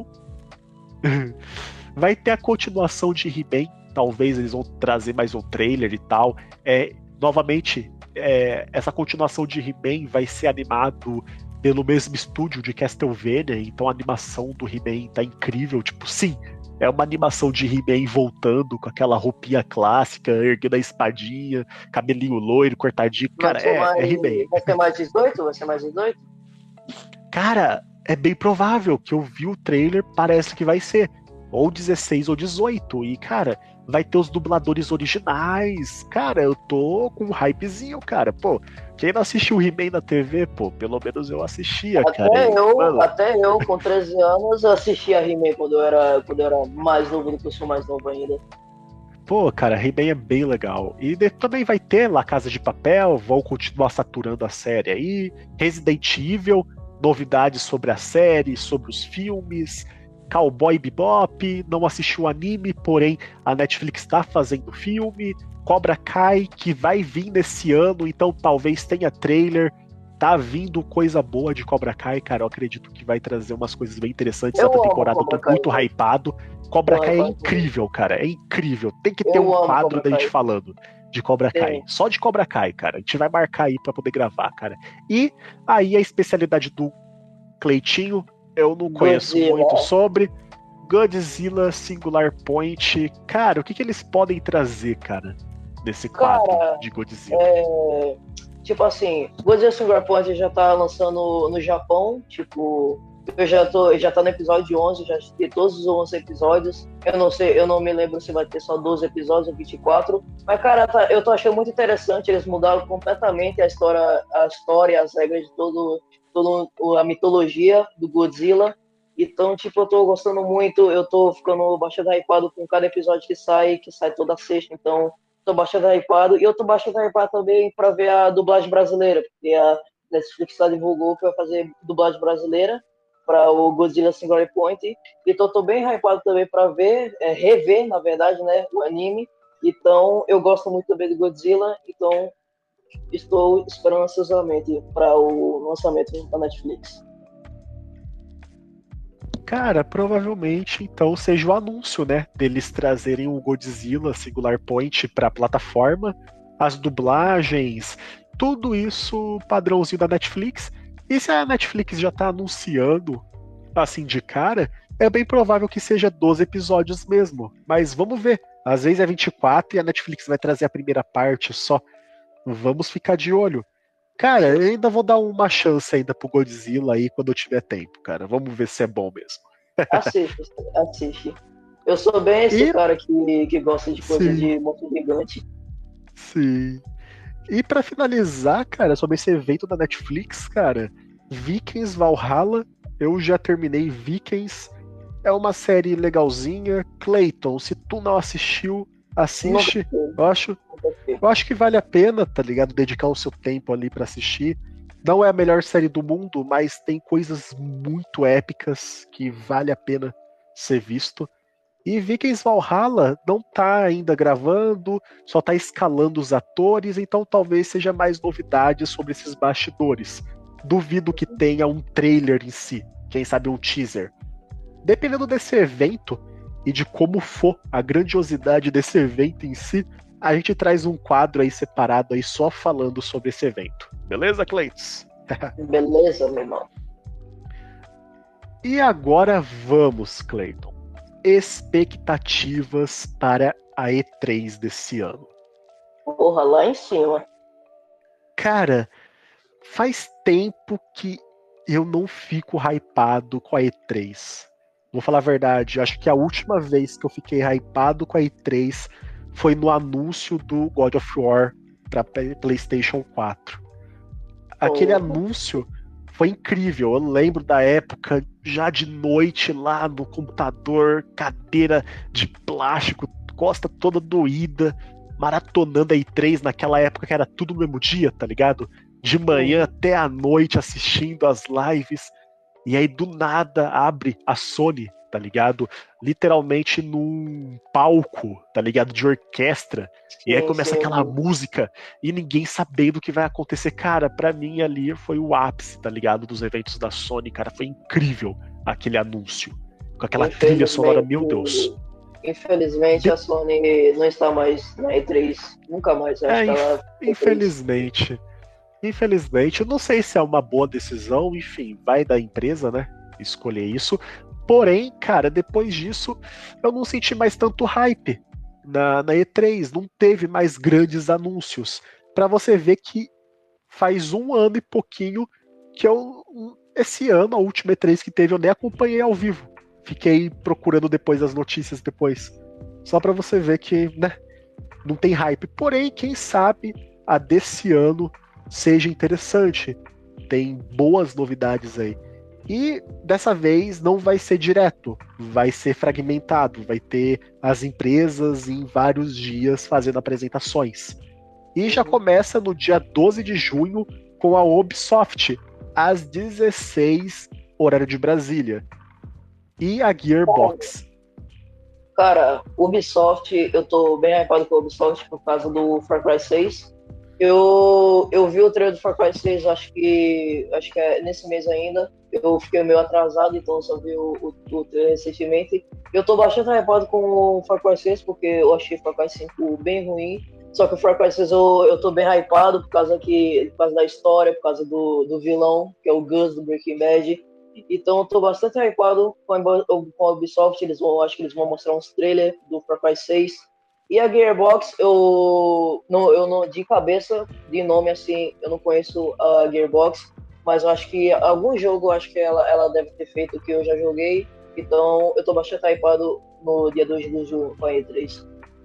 Vai ter a continuação de He-Man. Talvez eles vão trazer mais um trailer e tal. Novamente, essa continuação de He-Man vai ser animado pelo mesmo estúdio de Castlevania. Então a animação do He-Man tá incrível. Tipo, sim, é uma animação de He-Man voltando com aquela roupinha clássica, erguendo a espadinha, cabelinho loiro, cortadinho. Cara, é He-Man. Vai ser mais 18? Vai ser mais 18? Cara, é bem provável que eu vi o trailer, parece que vai ser ou 16 ou 18. E, cara, vai ter os dubladores originais. Cara, eu tô com um hypezinho, cara. Pô, quem não assistiu He-Man na TV, pô, pelo menos eu assistia, cara. E, mano, Até eu, com 13 anos, assistia He-Man quando eu era mais novo do que eu sou mais novo ainda. pô, cara, He-Man é bem legal. E também vai ter La Casa de Papel, vão continuar saturando a série aí. Resident Evil, novidades sobre a série, sobre os filmes. Cowboy Bebop, não assisti o anime, porém a Netflix está fazendo filme. Cobra Kai, que vai vir nesse ano, então talvez tenha trailer. tá vindo coisa boa de Cobra Kai, cara. Eu acredito que vai trazer umas coisas bem interessantes Eu essa amo temporada. Eu Cobra tô Kai, muito velho. hypado. Cobra Tô Kai é hypado também. incrível, cara. É incrível. Tem que ter um Eu amo quadro Cobra da gente Kai. falando de Cobra Kai. Sim. Só de Cobra Kai, cara. A gente vai marcar aí pra poder gravar, cara. E aí a especialidade do Cleitinho, eu não conheço muito Godzilla. sobre. Godzilla Singular Point. Cara, o que eles podem trazer, cara, nesse quadro Cara, de Godzilla? tipo assim, Godzilla Singular Point já tá lançando no Japão, tipo, já tá no episódio 11, já assisti todos os 11 episódios. Eu não sei, eu não me lembro se vai ter só 12 episódios ou 24, mas cara, eu tô achando muito interessante, eles mudaram completamente a história, as regras de todo a mitologia do Godzilla. Então, tipo, eu tô gostando muito, eu tô ficando bastante hypado com cada episódio que sai toda sexta, então tô bastante hypado. E eu tô bastante hypado também pra ver a dublagem brasileira, porque a Netflix já divulgou que vai fazer dublagem brasileira para o Godzilla Singular Point. Então tô bem hypado também pra ver, rever, na verdade, né, o anime. Então eu gosto muito também do Godzilla, então estou esperando ansiosamente para o lançamento da Netflix. Cara, provavelmente então seja o anúncio, né, deles trazerem o Godzilla Singular Point pra plataforma, as dublagens, tudo isso padrãozinho da Netflix. E se a Netflix já tá anunciando assim de cara, é bem provável que seja 12 episódios mesmo. Mas vamos ver. Às vezes é 24 e a Netflix vai trazer a primeira parte só. Vamos ficar de olho. Cara, eu ainda vou dar uma chance ainda pro Godzilla aí quando eu tiver tempo, cara. Vamos ver se é bom mesmo. Assiste, assiste. Eu sou bem esse E cara que gosta de coisa sim, de monstro gigante. sim. E pra finalizar, cara, sobre esse evento da Netflix, cara, Vikings Valhalla, eu já terminei Vikings. É uma série legalzinha. Clayton, se tu não assistiu, Nunca assiste. vi, Eu acho, nunca vi. eu acho que vale a pena, tá ligado? Dedicar o seu tempo ali pra assistir. Não é a melhor série do mundo, mas tem coisas muito épicas que vale a pena ser visto. E Vikings Valhalla não tá ainda gravando, só tá escalando os atores, então talvez seja mais novidades sobre esses bastidores. Duvido que tenha um trailer em si, quem sabe um teaser. Dependendo desse evento e de como for a grandiosidade desse evento em si, a gente traz um quadro aí separado aí só falando sobre esse evento. Beleza, Cleiton? Beleza, meu irmão. E agora vamos, Cleiton. Expectativas para a E3 desse ano. Porra, lá em cima. Cara, faz tempo que eu não fico hypado com a E3. Vou falar a verdade, acho que a última vez que eu fiquei hypado com a E3 foi no anúncio do God of War para PlayStation 4. Aquele Porra. anúncio foi incrível. Eu lembro da época, já de noite lá no computador, cadeira de plástico, costa toda doída, maratonando a E3 naquela época que era tudo no mesmo dia, tá ligado? De manhã até a noite assistindo as lives. E aí do nada abre a Sony, tá ligado? Literalmente num palco, tá ligado? De orquestra. E aí Sim, começa sim, aquela música e ninguém sabendo o que vai acontecer. Cara, pra mim ali foi o ápice, tá ligado? Dos eventos da Sony, cara. Foi incrível aquele anúncio. Com aquela trilha sonora, infelizmente, meu Deus. infelizmente De... a Sony não está mais na E3. Nunca mais, eu acho É, que ela E3. infelizmente. Infelizmente, eu não sei se é uma boa decisão, enfim, vai da empresa, né? Escolher isso. Porém, cara, depois disso, eu não senti mais tanto hype na E3, não teve mais grandes anúncios. Pra você ver que faz um ano e pouquinho que esse ano, a última E3 que teve, eu nem acompanhei ao vivo. Fiquei procurando depois as notícias depois. Só pra você ver que, né, não tem hype. Porém, quem sabe a desse ano seja interessante. Tem boas novidades aí. E dessa vez não vai ser direto, vai ser fragmentado, vai ter as empresas em vários dias fazendo apresentações. E já começa no dia 12 de junho com a Ubisoft, às 16 horário de Brasília. E a Gearbox. Cara, Ubisoft, eu tô bem hypado com a Ubisoft por causa do Far Cry 6. Eu vi o trailer do Far Cry 6, acho que é nesse mês ainda. Eu fiquei meio atrasado, então eu só vi o trailer recentemente. Eu tô bastante hypado com o Far Cry 6, porque eu achei o Far Cry 5 bem ruim. Só que o Far Cry 6 eu tô bem hypado por causa da história, por causa do vilão, que é o Gus do Breaking Bad. Então eu tô bastante hypado com a Ubisoft. Acho que eles vão mostrar uns trailers do Far Cry 6. E a Gearbox, eu não, de cabeça, de nome assim, eu não conheço a Gearbox, mas eu acho que algum jogo, eu acho que ela deve ter feito que eu já joguei. Então eu tô bastante hypado no dia 2 de junho com a E3.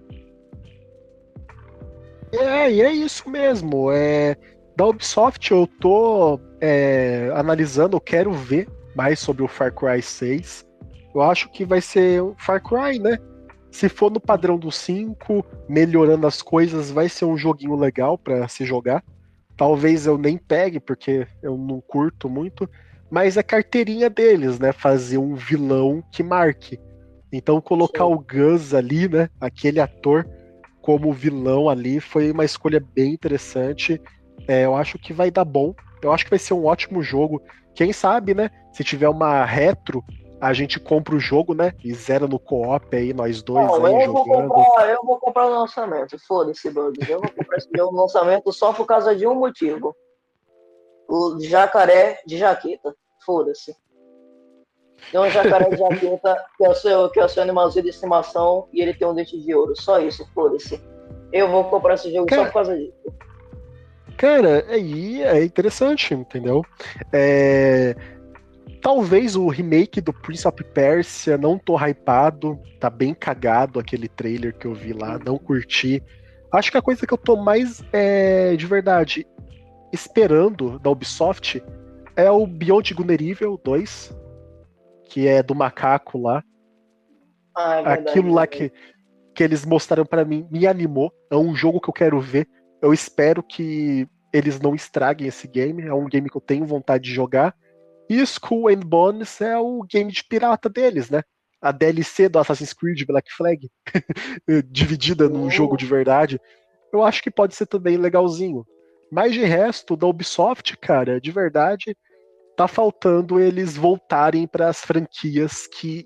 E é isso mesmo. Da Ubisoft eu tô analisando, eu quero ver mais sobre o Far Cry 6. Eu acho que vai ser um Far Cry, né? Se for no padrão do 5, melhorando as coisas, vai ser um joguinho legal pra se jogar. Talvez eu nem pegue, porque eu não curto muito, mas é carteirinha deles, né? Fazer um vilão que marque. Então colocar Sim. o Gus ali, né? Aquele ator como vilão ali foi uma escolha bem interessante. Eu acho que vai dar bom. Eu acho que vai ser um ótimo jogo. Quem sabe, né? Se tiver uma retro, a gente compra o jogo, né? E zera no co-op aí, nós dois Não, aí jogando. eu vou comprar no lançamento. Foda-se, Bugs. Eu vou comprar esse jogo no lançamento só por causa de um motivo. O jacaré de jaqueta. Foda-se. Tem um jacaré de jaqueta que é o seu animalzinho de estimação e ele tem um dente de ouro. Só isso, foda-se. Eu vou comprar esse jogo só por Cara, causa disso. cara, aí é interessante, entendeu? É, Talvez o remake do Prince of Persia, não tô hypado, tá bem cagado aquele trailer que eu vi lá, não curti. Acho que a coisa que eu tô mais, de verdade, esperando da Ubisoft é o Beyond Good and Evil 2, que é do macaco lá. Ah, é verdade, Aquilo lá verdade. que eles mostraram pra mim me animou. É um jogo que eu quero ver. Eu espero que eles não estraguem esse game. É um game que eu tenho vontade de jogar. E Skull and Bones é o game de pirata deles, né? A DLC do Assassin's Creed Black Flag, dividida num jogo de verdade. Eu acho que pode ser também legalzinho. Mas de resto, da Ubisoft, cara, de verdade, tá faltando eles voltarem para as franquias que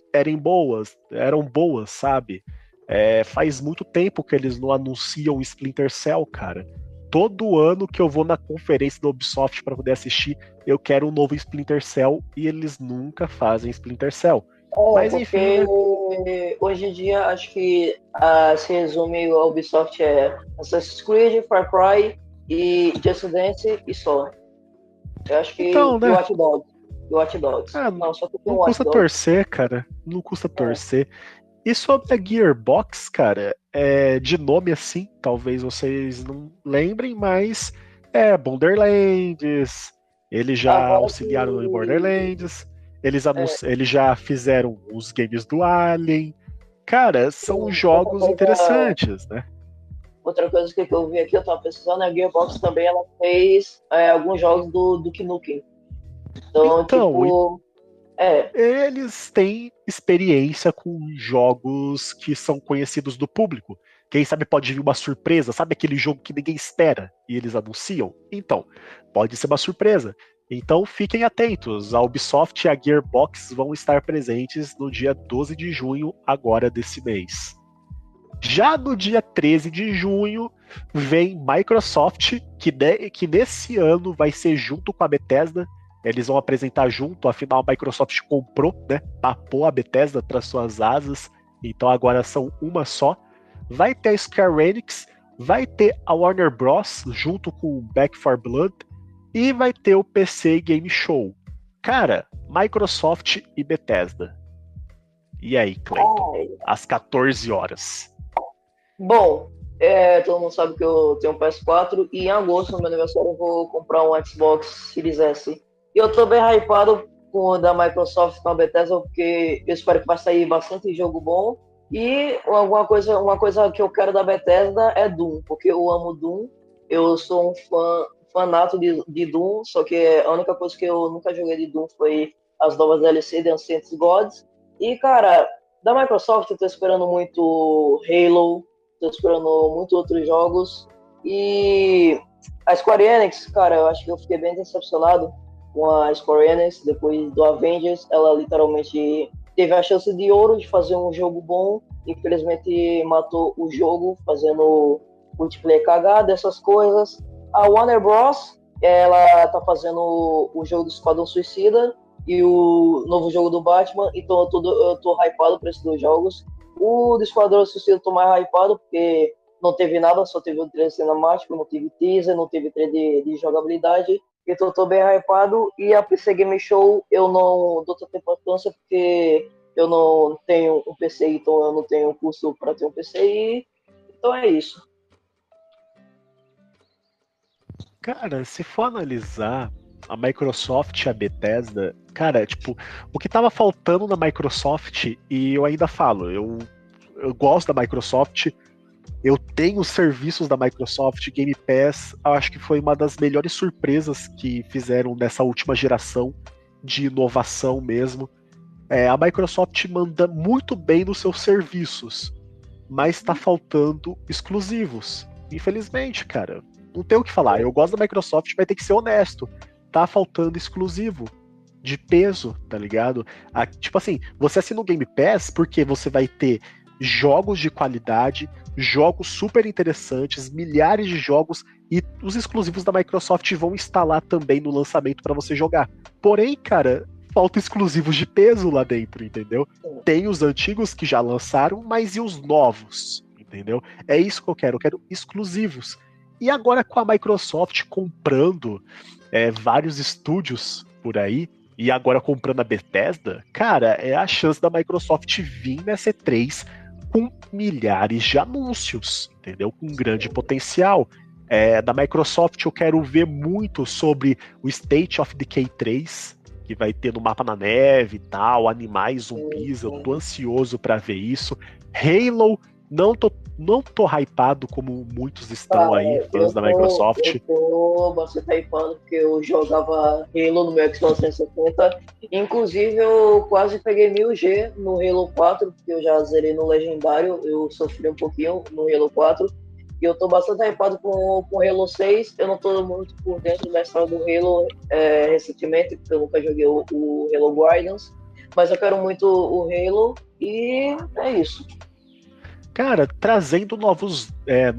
eram boas, sabe? Faz muito tempo que eles não anunciam Splinter Cell, cara. Todo ano que eu vou na conferência da Ubisoft para poder assistir, eu quero um novo Splinter Cell e eles nunca fazem Splinter Cell. Mas enfim, Porque né? hoje em dia acho que se resume a Ubisoft é Assassin's Creed, Far Cry e Just Dance e só. Eu acho que Então, e né? Watch Dogs. E Watch Dogs. Ah, Não, só que tem não Watch custa Dogs. torcer, cara. Não custa É. torcer. E sobre a Gearbox, cara, de nome assim, talvez vocês não lembrem, mas Borderlands, eles já Agora auxiliaram em que Borderlands, é, eles já fizeram os games do Alien. Cara, são sim, jogos interessantes, né? outra coisa que eu vi aqui, eu tava pesquisando, a Gearbox também ela fez alguns jogos do Duke Nukem. Então, Então, tipo, é, eles têm experiência com jogos que são conhecidos do público. Quem sabe pode vir uma surpresa, sabe aquele jogo que ninguém espera e eles anunciam? Então, pode ser uma surpresa. Então fiquem atentos, a Ubisoft e a Gearbox vão estar presentes no dia 12 de junho, agora desse mês. Já no dia 13 de junho vem Microsoft, que nesse ano vai ser junto com a Bethesda. Eles vão apresentar junto, afinal a Microsoft comprou, né? Tapou a Bethesda para suas asas, então agora são uma só. Vai ter a Square Enix, vai ter a Warner Bros. Junto com o Back 4 Blood e vai ter o PC Game Show. Cara, Microsoft e Bethesda. E aí, Clayton? ai, Às 14 horas. bom, todo mundo sabe que eu tenho um PS4 e em agosto, no meu aniversário, eu vou comprar um Xbox Series S. E eu tô bem hypado com o da Microsoft com a Bethesda, porque eu espero que vai sair bastante jogo bom. E uma coisa que eu quero da Bethesda é Doom, porque eu amo Doom. Eu sou um fanato de Doom, só que a única coisa que eu nunca joguei de Doom foi as novas DLC de Ancient Gods. E, cara, da Microsoft eu tô esperando muito Halo, tô esperando muito outros jogos. E A Square Enix, cara, eu acho que eu fiquei bem decepcionado com a Square Enix depois do Avengers. Ela literalmente teve a chance de ouro de fazer um jogo bom, infelizmente matou o jogo fazendo multiplayer cagado, essas coisas. A Warner Bros. Ela tá fazendo o jogo do Esquadrão Suicida e o novo jogo do Batman, então eu tô hypado pra esses dois jogos. O do Esquadrão Suicida eu tô mais hypado porque não teve nada, só teve um trailer cinemático, não teve teaser, não teve trailer de jogabilidade. Então eu tô bem hypado. E a PC Game Show eu não dou tanta importância porque eu não tenho um PC, então eu não tenho custo para ter um PC. Então é isso. Cara, se for analisar a Microsoft e a Bethesda, cara, tipo, o que tava faltando na Microsoft, e eu ainda falo, eu gosto da Microsoft, eu tenho os serviços da Microsoft, Game Pass, eu acho que foi uma das melhores surpresas que fizeram nessa última geração de inovação mesmo. A Microsoft manda muito bem nos seus serviços, mas está faltando exclusivos. Infelizmente, cara, não tem o que falar. Eu gosto da Microsoft, vai ter que ser honesto. Tá faltando exclusivo de peso, tá ligado? Tipo assim, você assina o Game Pass porque você vai ter jogos de qualidade, jogos super interessantes, milhares de jogos e os exclusivos da Microsoft vão instalar também no lançamento para você jogar. Porém, cara, falta exclusivos de peso lá dentro, entendeu? Tem os antigos que já lançaram, mas e os novos, entendeu? É isso que eu quero exclusivos. E agora com a Microsoft comprando vários estúdios por aí, e agora comprando a Bethesda, cara, é a chance da Microsoft vir nessa E3 com milhares de anúncios, entendeu? Com grande potencial. Da Microsoft eu quero ver muito sobre o State of Decay 3, que vai ter no mapa na neve e tal, animais, zumbis, eu tô ansioso pra ver isso. Halo, não tô hypado como muitos estão aí, fãs da Microsoft. Eu tô bastante hypado porque eu jogava Halo no meu Xbox 360. Inclusive, eu quase peguei 1000G no Halo 4, porque eu já zerei no Legendário, eu sofri um pouquinho no Halo 4. E eu tô bastante hypado com o Halo 6. Eu não tô muito por dentro da história do Halo recentemente, porque eu nunca joguei o Halo Guardians. Mas eu quero muito o Halo e é isso. Cara, trazendo novos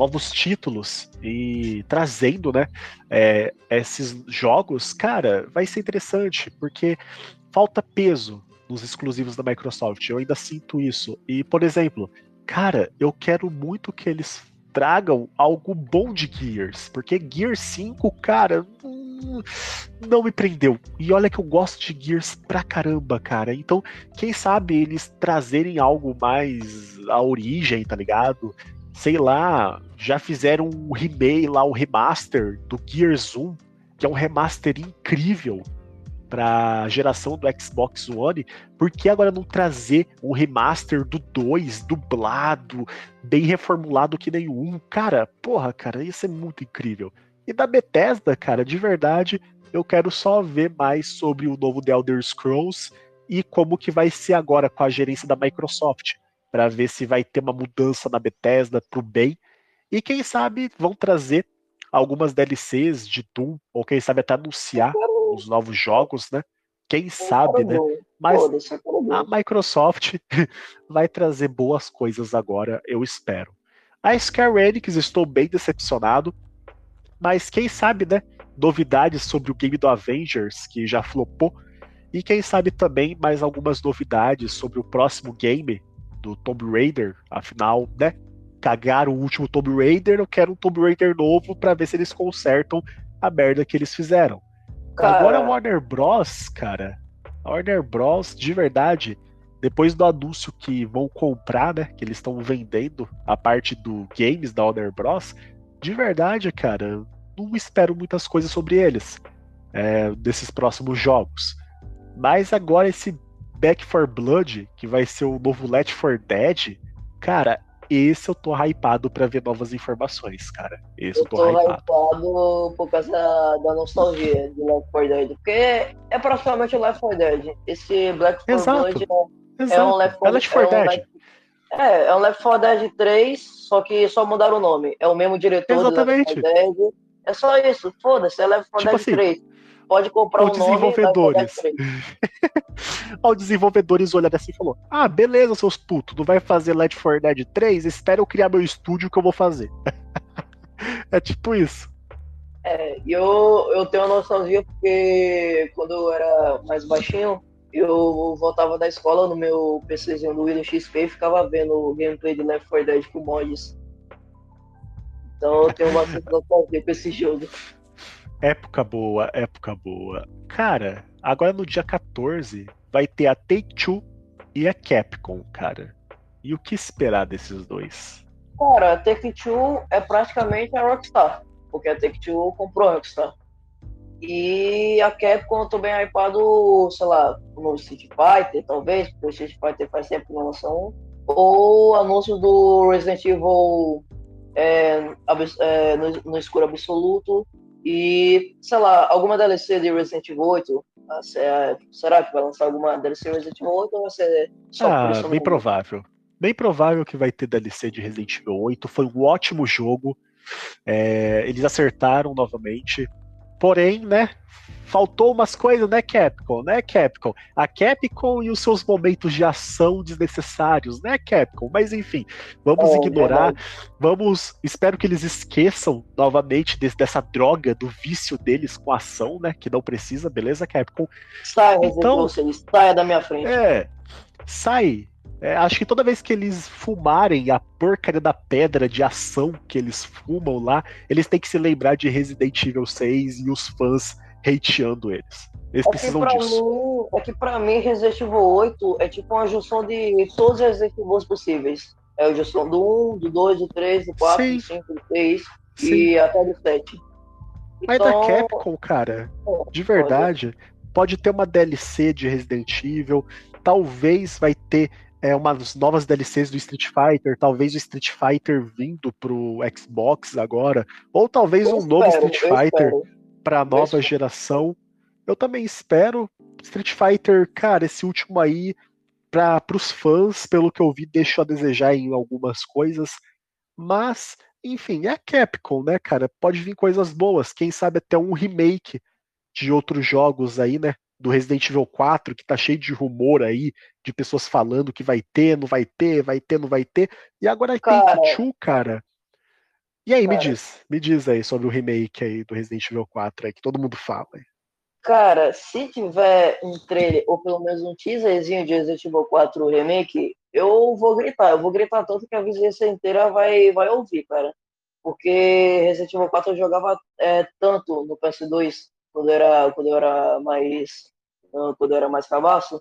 títulos e trazendo, né, esses jogos, cara, vai ser interessante, porque falta peso nos exclusivos da Microsoft. Eu ainda sinto isso. E, por exemplo, cara, eu quero muito que eles tragam algo bom de Gears, porque Gears 5, cara, não me prendeu. E olha que eu gosto de Gears pra caramba, cara. Então, quem sabe eles trazerem algo mais à origem, tá ligado? Sei lá, já fizeram um remake lá, o remaster do Gears 1, que é um remaster incrível para a geração do Xbox One, por que agora não trazer um remaster do 2, dublado, bem reformulado que nem o 1? Cara, porra, cara, isso é muito incrível. E da Bethesda, cara, de verdade, eu quero só ver mais sobre o novo The Elder Scrolls e como que vai ser agora com a gerência da Microsoft, para ver se vai ter uma mudança na Bethesda pro bem. E quem sabe vão trazer algumas DLCs de Doom, ou quem sabe até anunciar os novos jogos, né? Quem sabe, né? Mas a Microsoft vai trazer boas coisas agora, eu espero. A Square Enix, estou bem decepcionado, mas quem sabe, né? Novidades sobre o game do Avengers, que já flopou, e quem sabe também mais algumas novidades sobre o próximo game do Tomb Raider, afinal, né? Cagaram o último Tomb Raider, eu quero um Tomb Raider novo pra ver se eles consertam a merda que eles fizeram. Cara, agora a Warner Bros, cara, a Warner Bros, de verdade, depois do anúncio que vão comprar, né, que eles estão vendendo a parte do games da Warner Bros, de verdade, cara, não espero muitas coisas sobre eles, desses próximos jogos. Mas agora esse Back 4 Blood, que vai ser o novo Left 4 Dead, cara, esse eu tô hypado pra ver novas informações, cara. Esse eu tô hypado por causa da nostalgia de Left 4 Dead. Porque é praticamente o Left 4 Dead. Esse Black 4 Blood é um Left 4 Dead. É um Left 4 Dead 3, só que só mudaram o nome. É o mesmo diretor Exatamente. de Left 4 Dead. É só isso, foda-se, é Left 4 Tipo Dead assim, 3. Pode comprar os o nome Left 4 Dead desenvolvedores. 3. Os desenvolvedores olharam assim e falou: Ah, beleza, seus putos, não vai fazer Left 4 Dead 3? Espera eu criar meu estúdio que eu vou fazer. É tipo isso. E eu tenho uma nostalgia porque quando eu era mais baixinho, eu voltava da escola no meu PCzinho do Windows XP e ficava vendo o gameplay de Left 4 Dead com mods. Então eu tenho bastante nostalgia com esse jogo. Época boa, época boa. Cara, agora no dia 14 vai ter a Take-Two e a Capcom, cara. E o que esperar desses dois? Cara, a Take-Two é praticamente a Rockstar, porque a Take-Two comprou a Rockstar. E a Capcom eu tô bem hypado, sei lá, no Street Fighter, talvez, porque o Street Fighter faz tempo que não lança um. Ou anúncio do Resident Evil no escuro absoluto. E, sei lá, alguma DLC de Resident Evil 8. Será que vai lançar alguma DLC de Resident Evil 8 ou vai ser só por Ah, isso bem mesmo? provável. Bem provável que vai ter DLC de Resident Evil 8. Foi um ótimo jogo. Eles acertaram novamente. Porém, né? Faltou umas coisas, né, Capcom? Né, Capcom? A Capcom e os seus momentos de ação desnecessários, né, Capcom? Mas enfim, vamos É, ignorar. verdade. Vamos. Espero que eles esqueçam novamente dessa droga do vício deles com ação, né? Que não precisa, beleza, Capcom? Sai, Resident Evil Então, 6, saia da minha frente. é. Sai. Acho que toda vez que eles fumarem a porcaria da pedra de ação que eles fumam lá, eles têm que se lembrar de Resident Evil 6 e os fãs hateando eles. Eles precisam disso. É que pra mim Resident Evil 8 é tipo uma junção de todos os Resident Evil possíveis. É a junção do 1, do 2, do 3, do 4, do Sim, 5, do 6 sim. e até do 7. Mas da Então, Capcom, cara, de pode. verdade, pode ter uma DLC de Resident Evil, talvez vai ter umas novas DLCs do Street Fighter, talvez o Street Fighter vindo pro Xbox agora, ou talvez um novo Street Eu Fighter espero, pra eu nova espero. geração. Eu também espero. Street Fighter, cara, esse último aí, pros fãs, pelo que eu vi, deixou a desejar em algumas coisas. Mas, enfim, é a Capcom, né, cara? Pode vir coisas boas. Quem sabe até um remake de outros jogos aí, né? Do Resident Evil 4, que tá cheio de rumor aí, de pessoas falando que vai ter, não vai ter, vai ter, não vai ter. E agora a Cara, Take-Two, cara. E aí, cara, me diz aí sobre o remake aí do Resident Evil 4 aí, que todo mundo fala. cara, se tiver um trailer ou pelo menos um teaserzinho de Resident Evil 4 Remake, eu vou gritar. Eu vou gritar tanto que a vizinhança inteira vai ouvir, cara. Porque Resident Evil 4 eu jogava tanto no PS2 quando eu era quando eu era mais cabaço.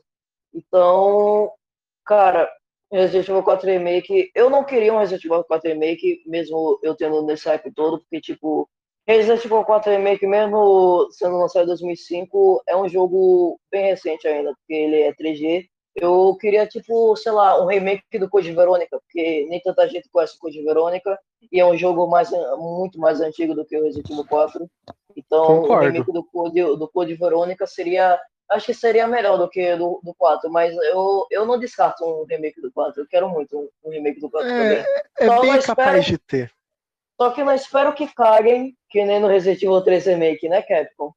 Então, cara, Resident Evil 4 Remake, eu não queria um Resident Evil 4 Remake, mesmo eu tendo nesse hype todo, porque, tipo, Resident Evil 4 Remake, mesmo sendo lançado em 2005, é um jogo bem recente ainda, porque ele é 3G. Eu queria, tipo, sei lá, um remake do Code Verônica, porque nem tanta gente conhece o Code Verônica, e é um jogo muito mais antigo do que o Resident Evil 4. Então, o Concordo. remake do Code Verônica seria, acho que seria melhor do que do 4, mas eu não descarto um remake do 4. Eu quero muito um remake do 4 também. É Só não bem capaz espero, de ter. só que não espero que caguem, que nem no Resident Evil 3 Remake, né, Capcom?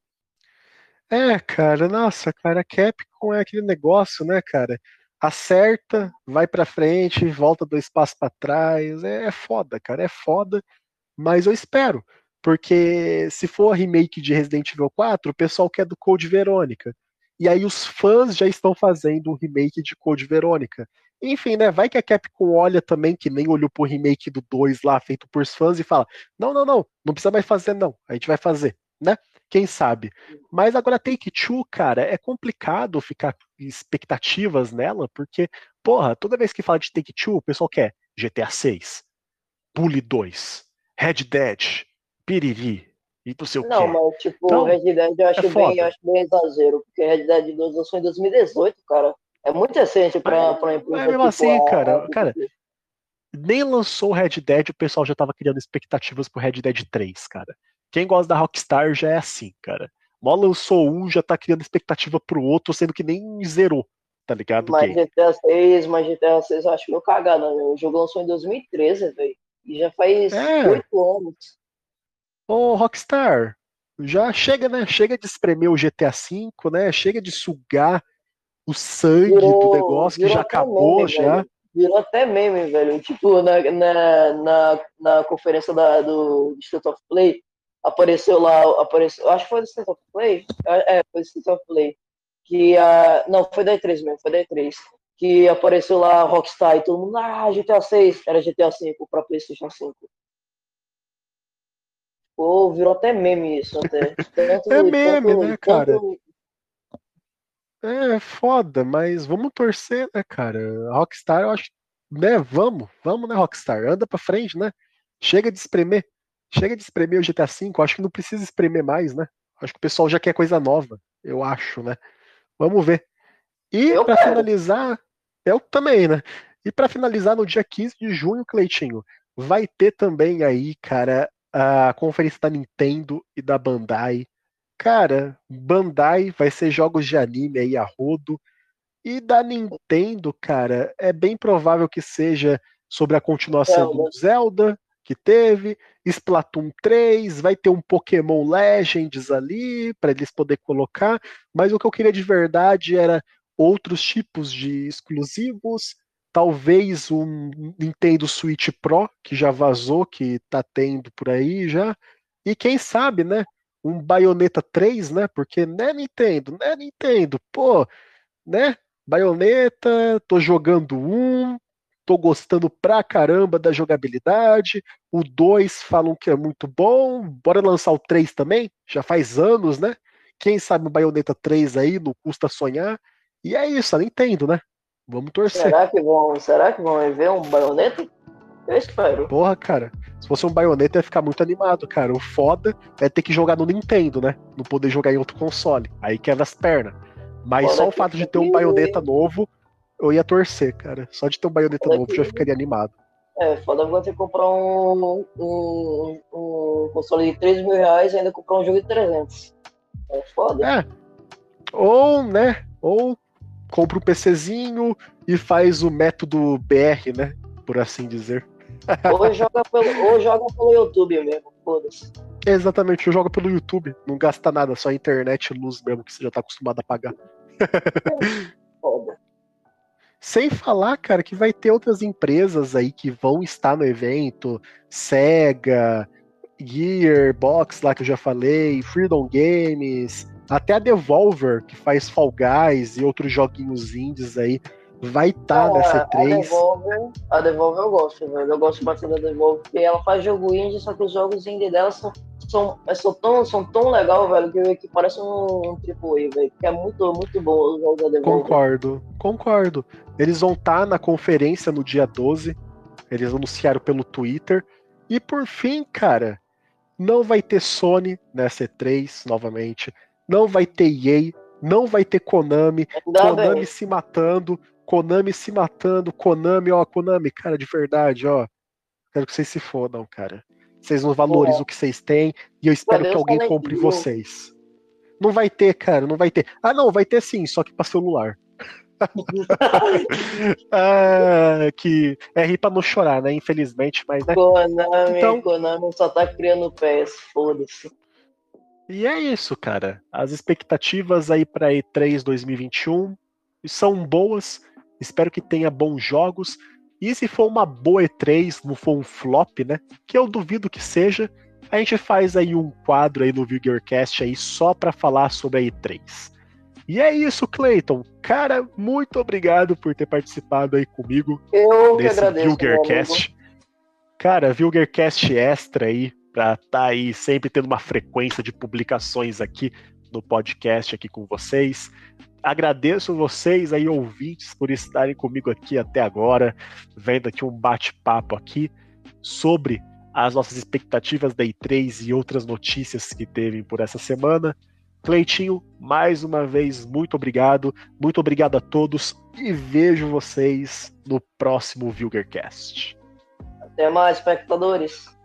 Cara, nossa, cara, a Capcom é aquele negócio, né, cara? Acerta, vai pra frente, volta dois passos pra trás. É foda, cara, é foda. Mas eu espero, porque se for a remake de Resident Evil 4, o pessoal quer do Code Verônica. E aí os fãs já estão fazendo um remake de Code Verônica. Enfim, né? Vai que a Capcom olha também, que nem olhou pro remake do 2 lá, feito por fãs, e fala: não, não, não, não precisa mais fazer, não. A gente vai fazer, né? Quem sabe? Mas agora Take-Two, cara, é complicado ficar com expectativas nela, porque, porra, toda vez que fala de Take-Two, o pessoal quer GTA 6, Bully 2, Red Dead, Piriri e não sei o Não, quê. mas tipo, Então, Red Dead é eu foda. acho bem exagero, porque Red Dead 2 lançou em 2018, cara. É muito recente pra uma Mas empresa mesmo tipo assim, a cara, TikTok. nem lançou o Red Dead, o pessoal já tava criando expectativas pro Red Dead 3, cara. Quem gosta da Rockstar já é assim, cara. Mal lançou um, já tá criando expectativa pro outro, sendo que nem zerou, tá ligado, o game. Mas GTA 6 eu acho meio cagada, né? O jogo lançou em 2013, velho. E já faz É, 8 anos. Ô, Rockstar, já chega, né? Chega de espremer o GTA V, né? Chega de sugar o sangue do negócio que Virou já até acabou, meme, já. velho. Virou até meme, velho. Tipo, na conferência do State of Play, apareceu lá, acho que foi do State of Play. Foi do State of Play. Não, foi da E3 mesmo, foi da E3. Que apareceu lá Rockstar e todo mundo, GTA 6, era GTA 5 pra PlayStation 5. Pô, virou até meme isso, até. É Tanto, meme, né, tanto, cara? tanto. É foda, mas vamos torcer, né, cara? A Rockstar, eu acho, né? Vamos, né, Rockstar? Anda pra frente, né? Chega de espremer. Chega de espremer o GTA V. Eu acho que não precisa espremer mais, né? Acho que o pessoal já quer coisa nova, eu acho, né? Vamos ver. E Eu pra quero. finalizar, eu também, né? E pra finalizar, no dia 15 de junho, Cleitinho, vai ter também aí, cara, a conferência da Nintendo e da Bandai. Cara, Bandai vai ser jogos de anime aí a rodo. E da Nintendo, cara, é bem provável que seja sobre a continuação do Zelda. Zelda que teve, Splatoon 3, vai ter um Pokémon Legends ali para eles poder colocar, mas o que eu queria de verdade era outros tipos de exclusivos, talvez um Nintendo Switch Pro que já vazou, que tá tendo por aí já, e quem sabe, né, um Bayonetta 3, né? Porque né, Nintendo, pô, né? Bayonetta, tô jogando um, tô gostando pra caramba da jogabilidade. O 2 falam que é muito bom. Bora lançar o 3 também? Já faz anos, né? Quem sabe o Bayonetta 3 aí, não custa sonhar. E é isso, a Nintendo, né? Vamos torcer. Será que vão ver um Bayonetta? Eu espero. Porra, cara, se fosse um Bayonetta ia ficar muito animado, cara. O foda é ter que jogar no Nintendo, né? Não poder jogar em outro console. Aí quebra as pernas. Mas só Foda o que fato de tem ter um Bayonetta que. novo eu ia torcer, cara. Só de ter um baioneta Foda novo que. já ficaria animado. Foda que você comprar um console de R$ 3.000 e ainda comprar um jogo de 300. É foda. É, ou, né? Ou compra um PCzinho e faz o método BR, né? Por assim dizer. Ou joga pelo YouTube mesmo, foda-se. Exatamente, eu jogo pelo YouTube, não gasta nada, só internet e luz mesmo, que você já tá acostumado a pagar. Foda. Sem falar, cara, que vai ter outras empresas aí que vão estar no evento, Sega, Gearbox, lá que eu já falei, Freedom Games, até a Devolver, que faz Fall Guys e outros joguinhos indies aí, vai estar nessa A E3. Devolver eu gosto, velho. Eu gosto bastante da Devolver, porque ela faz jogo indie, só que os jogos indie dela são tão legal, velho, que parece um AAA, velho. Que é muito, muito bom os jogos da Devolver. Concordo. Eles vão estar na conferência no dia 12, eles anunciaram pelo Twitter. E por fim, cara, não vai ter Sony nessa E3 novamente. Não vai ter EA. Não vai ter Konami. Ainda Konami bem. se matando. Konami se matando. Konami, ó. Konami, cara, de verdade, ó. Quero que vocês se fodam, cara. Vocês não valorizam Porra, o que vocês têm. E eu espero cadê que o alguém Silent compre Hill? vocês. Não vai ter, cara. Não vai ter. Ah, não, vai ter sim, só que pra celular. Ah, que é rir pra não chorar, né? Infelizmente, mas né. Então, Konami só tá criando PS, foda-se. e é isso, cara. As expectativas aí para E3 2021 são boas. Espero que tenha bons jogos. E se for uma boa E3, não for um flop, né? Que eu duvido que seja, a gente faz aí um quadro aí no Vigorcast aí só para falar sobre a E3. E é isso, Clayton. Cara, muito obrigado por ter participado aí comigo Eu que nesse agradeço, meu amigo. Vilgercast. Cara, Vilgercast extra aí, pra estar aí sempre tendo uma frequência de publicações aqui no podcast aqui com vocês. Agradeço vocês aí, ouvintes, por estarem comigo aqui até agora, vendo aqui um bate-papo aqui sobre as nossas expectativas da E3 e outras notícias que teve por essa semana. Cleitinho, mais uma vez, muito obrigado a todos e vejo vocês no próximo Vilgercast. Até mais, espectadores.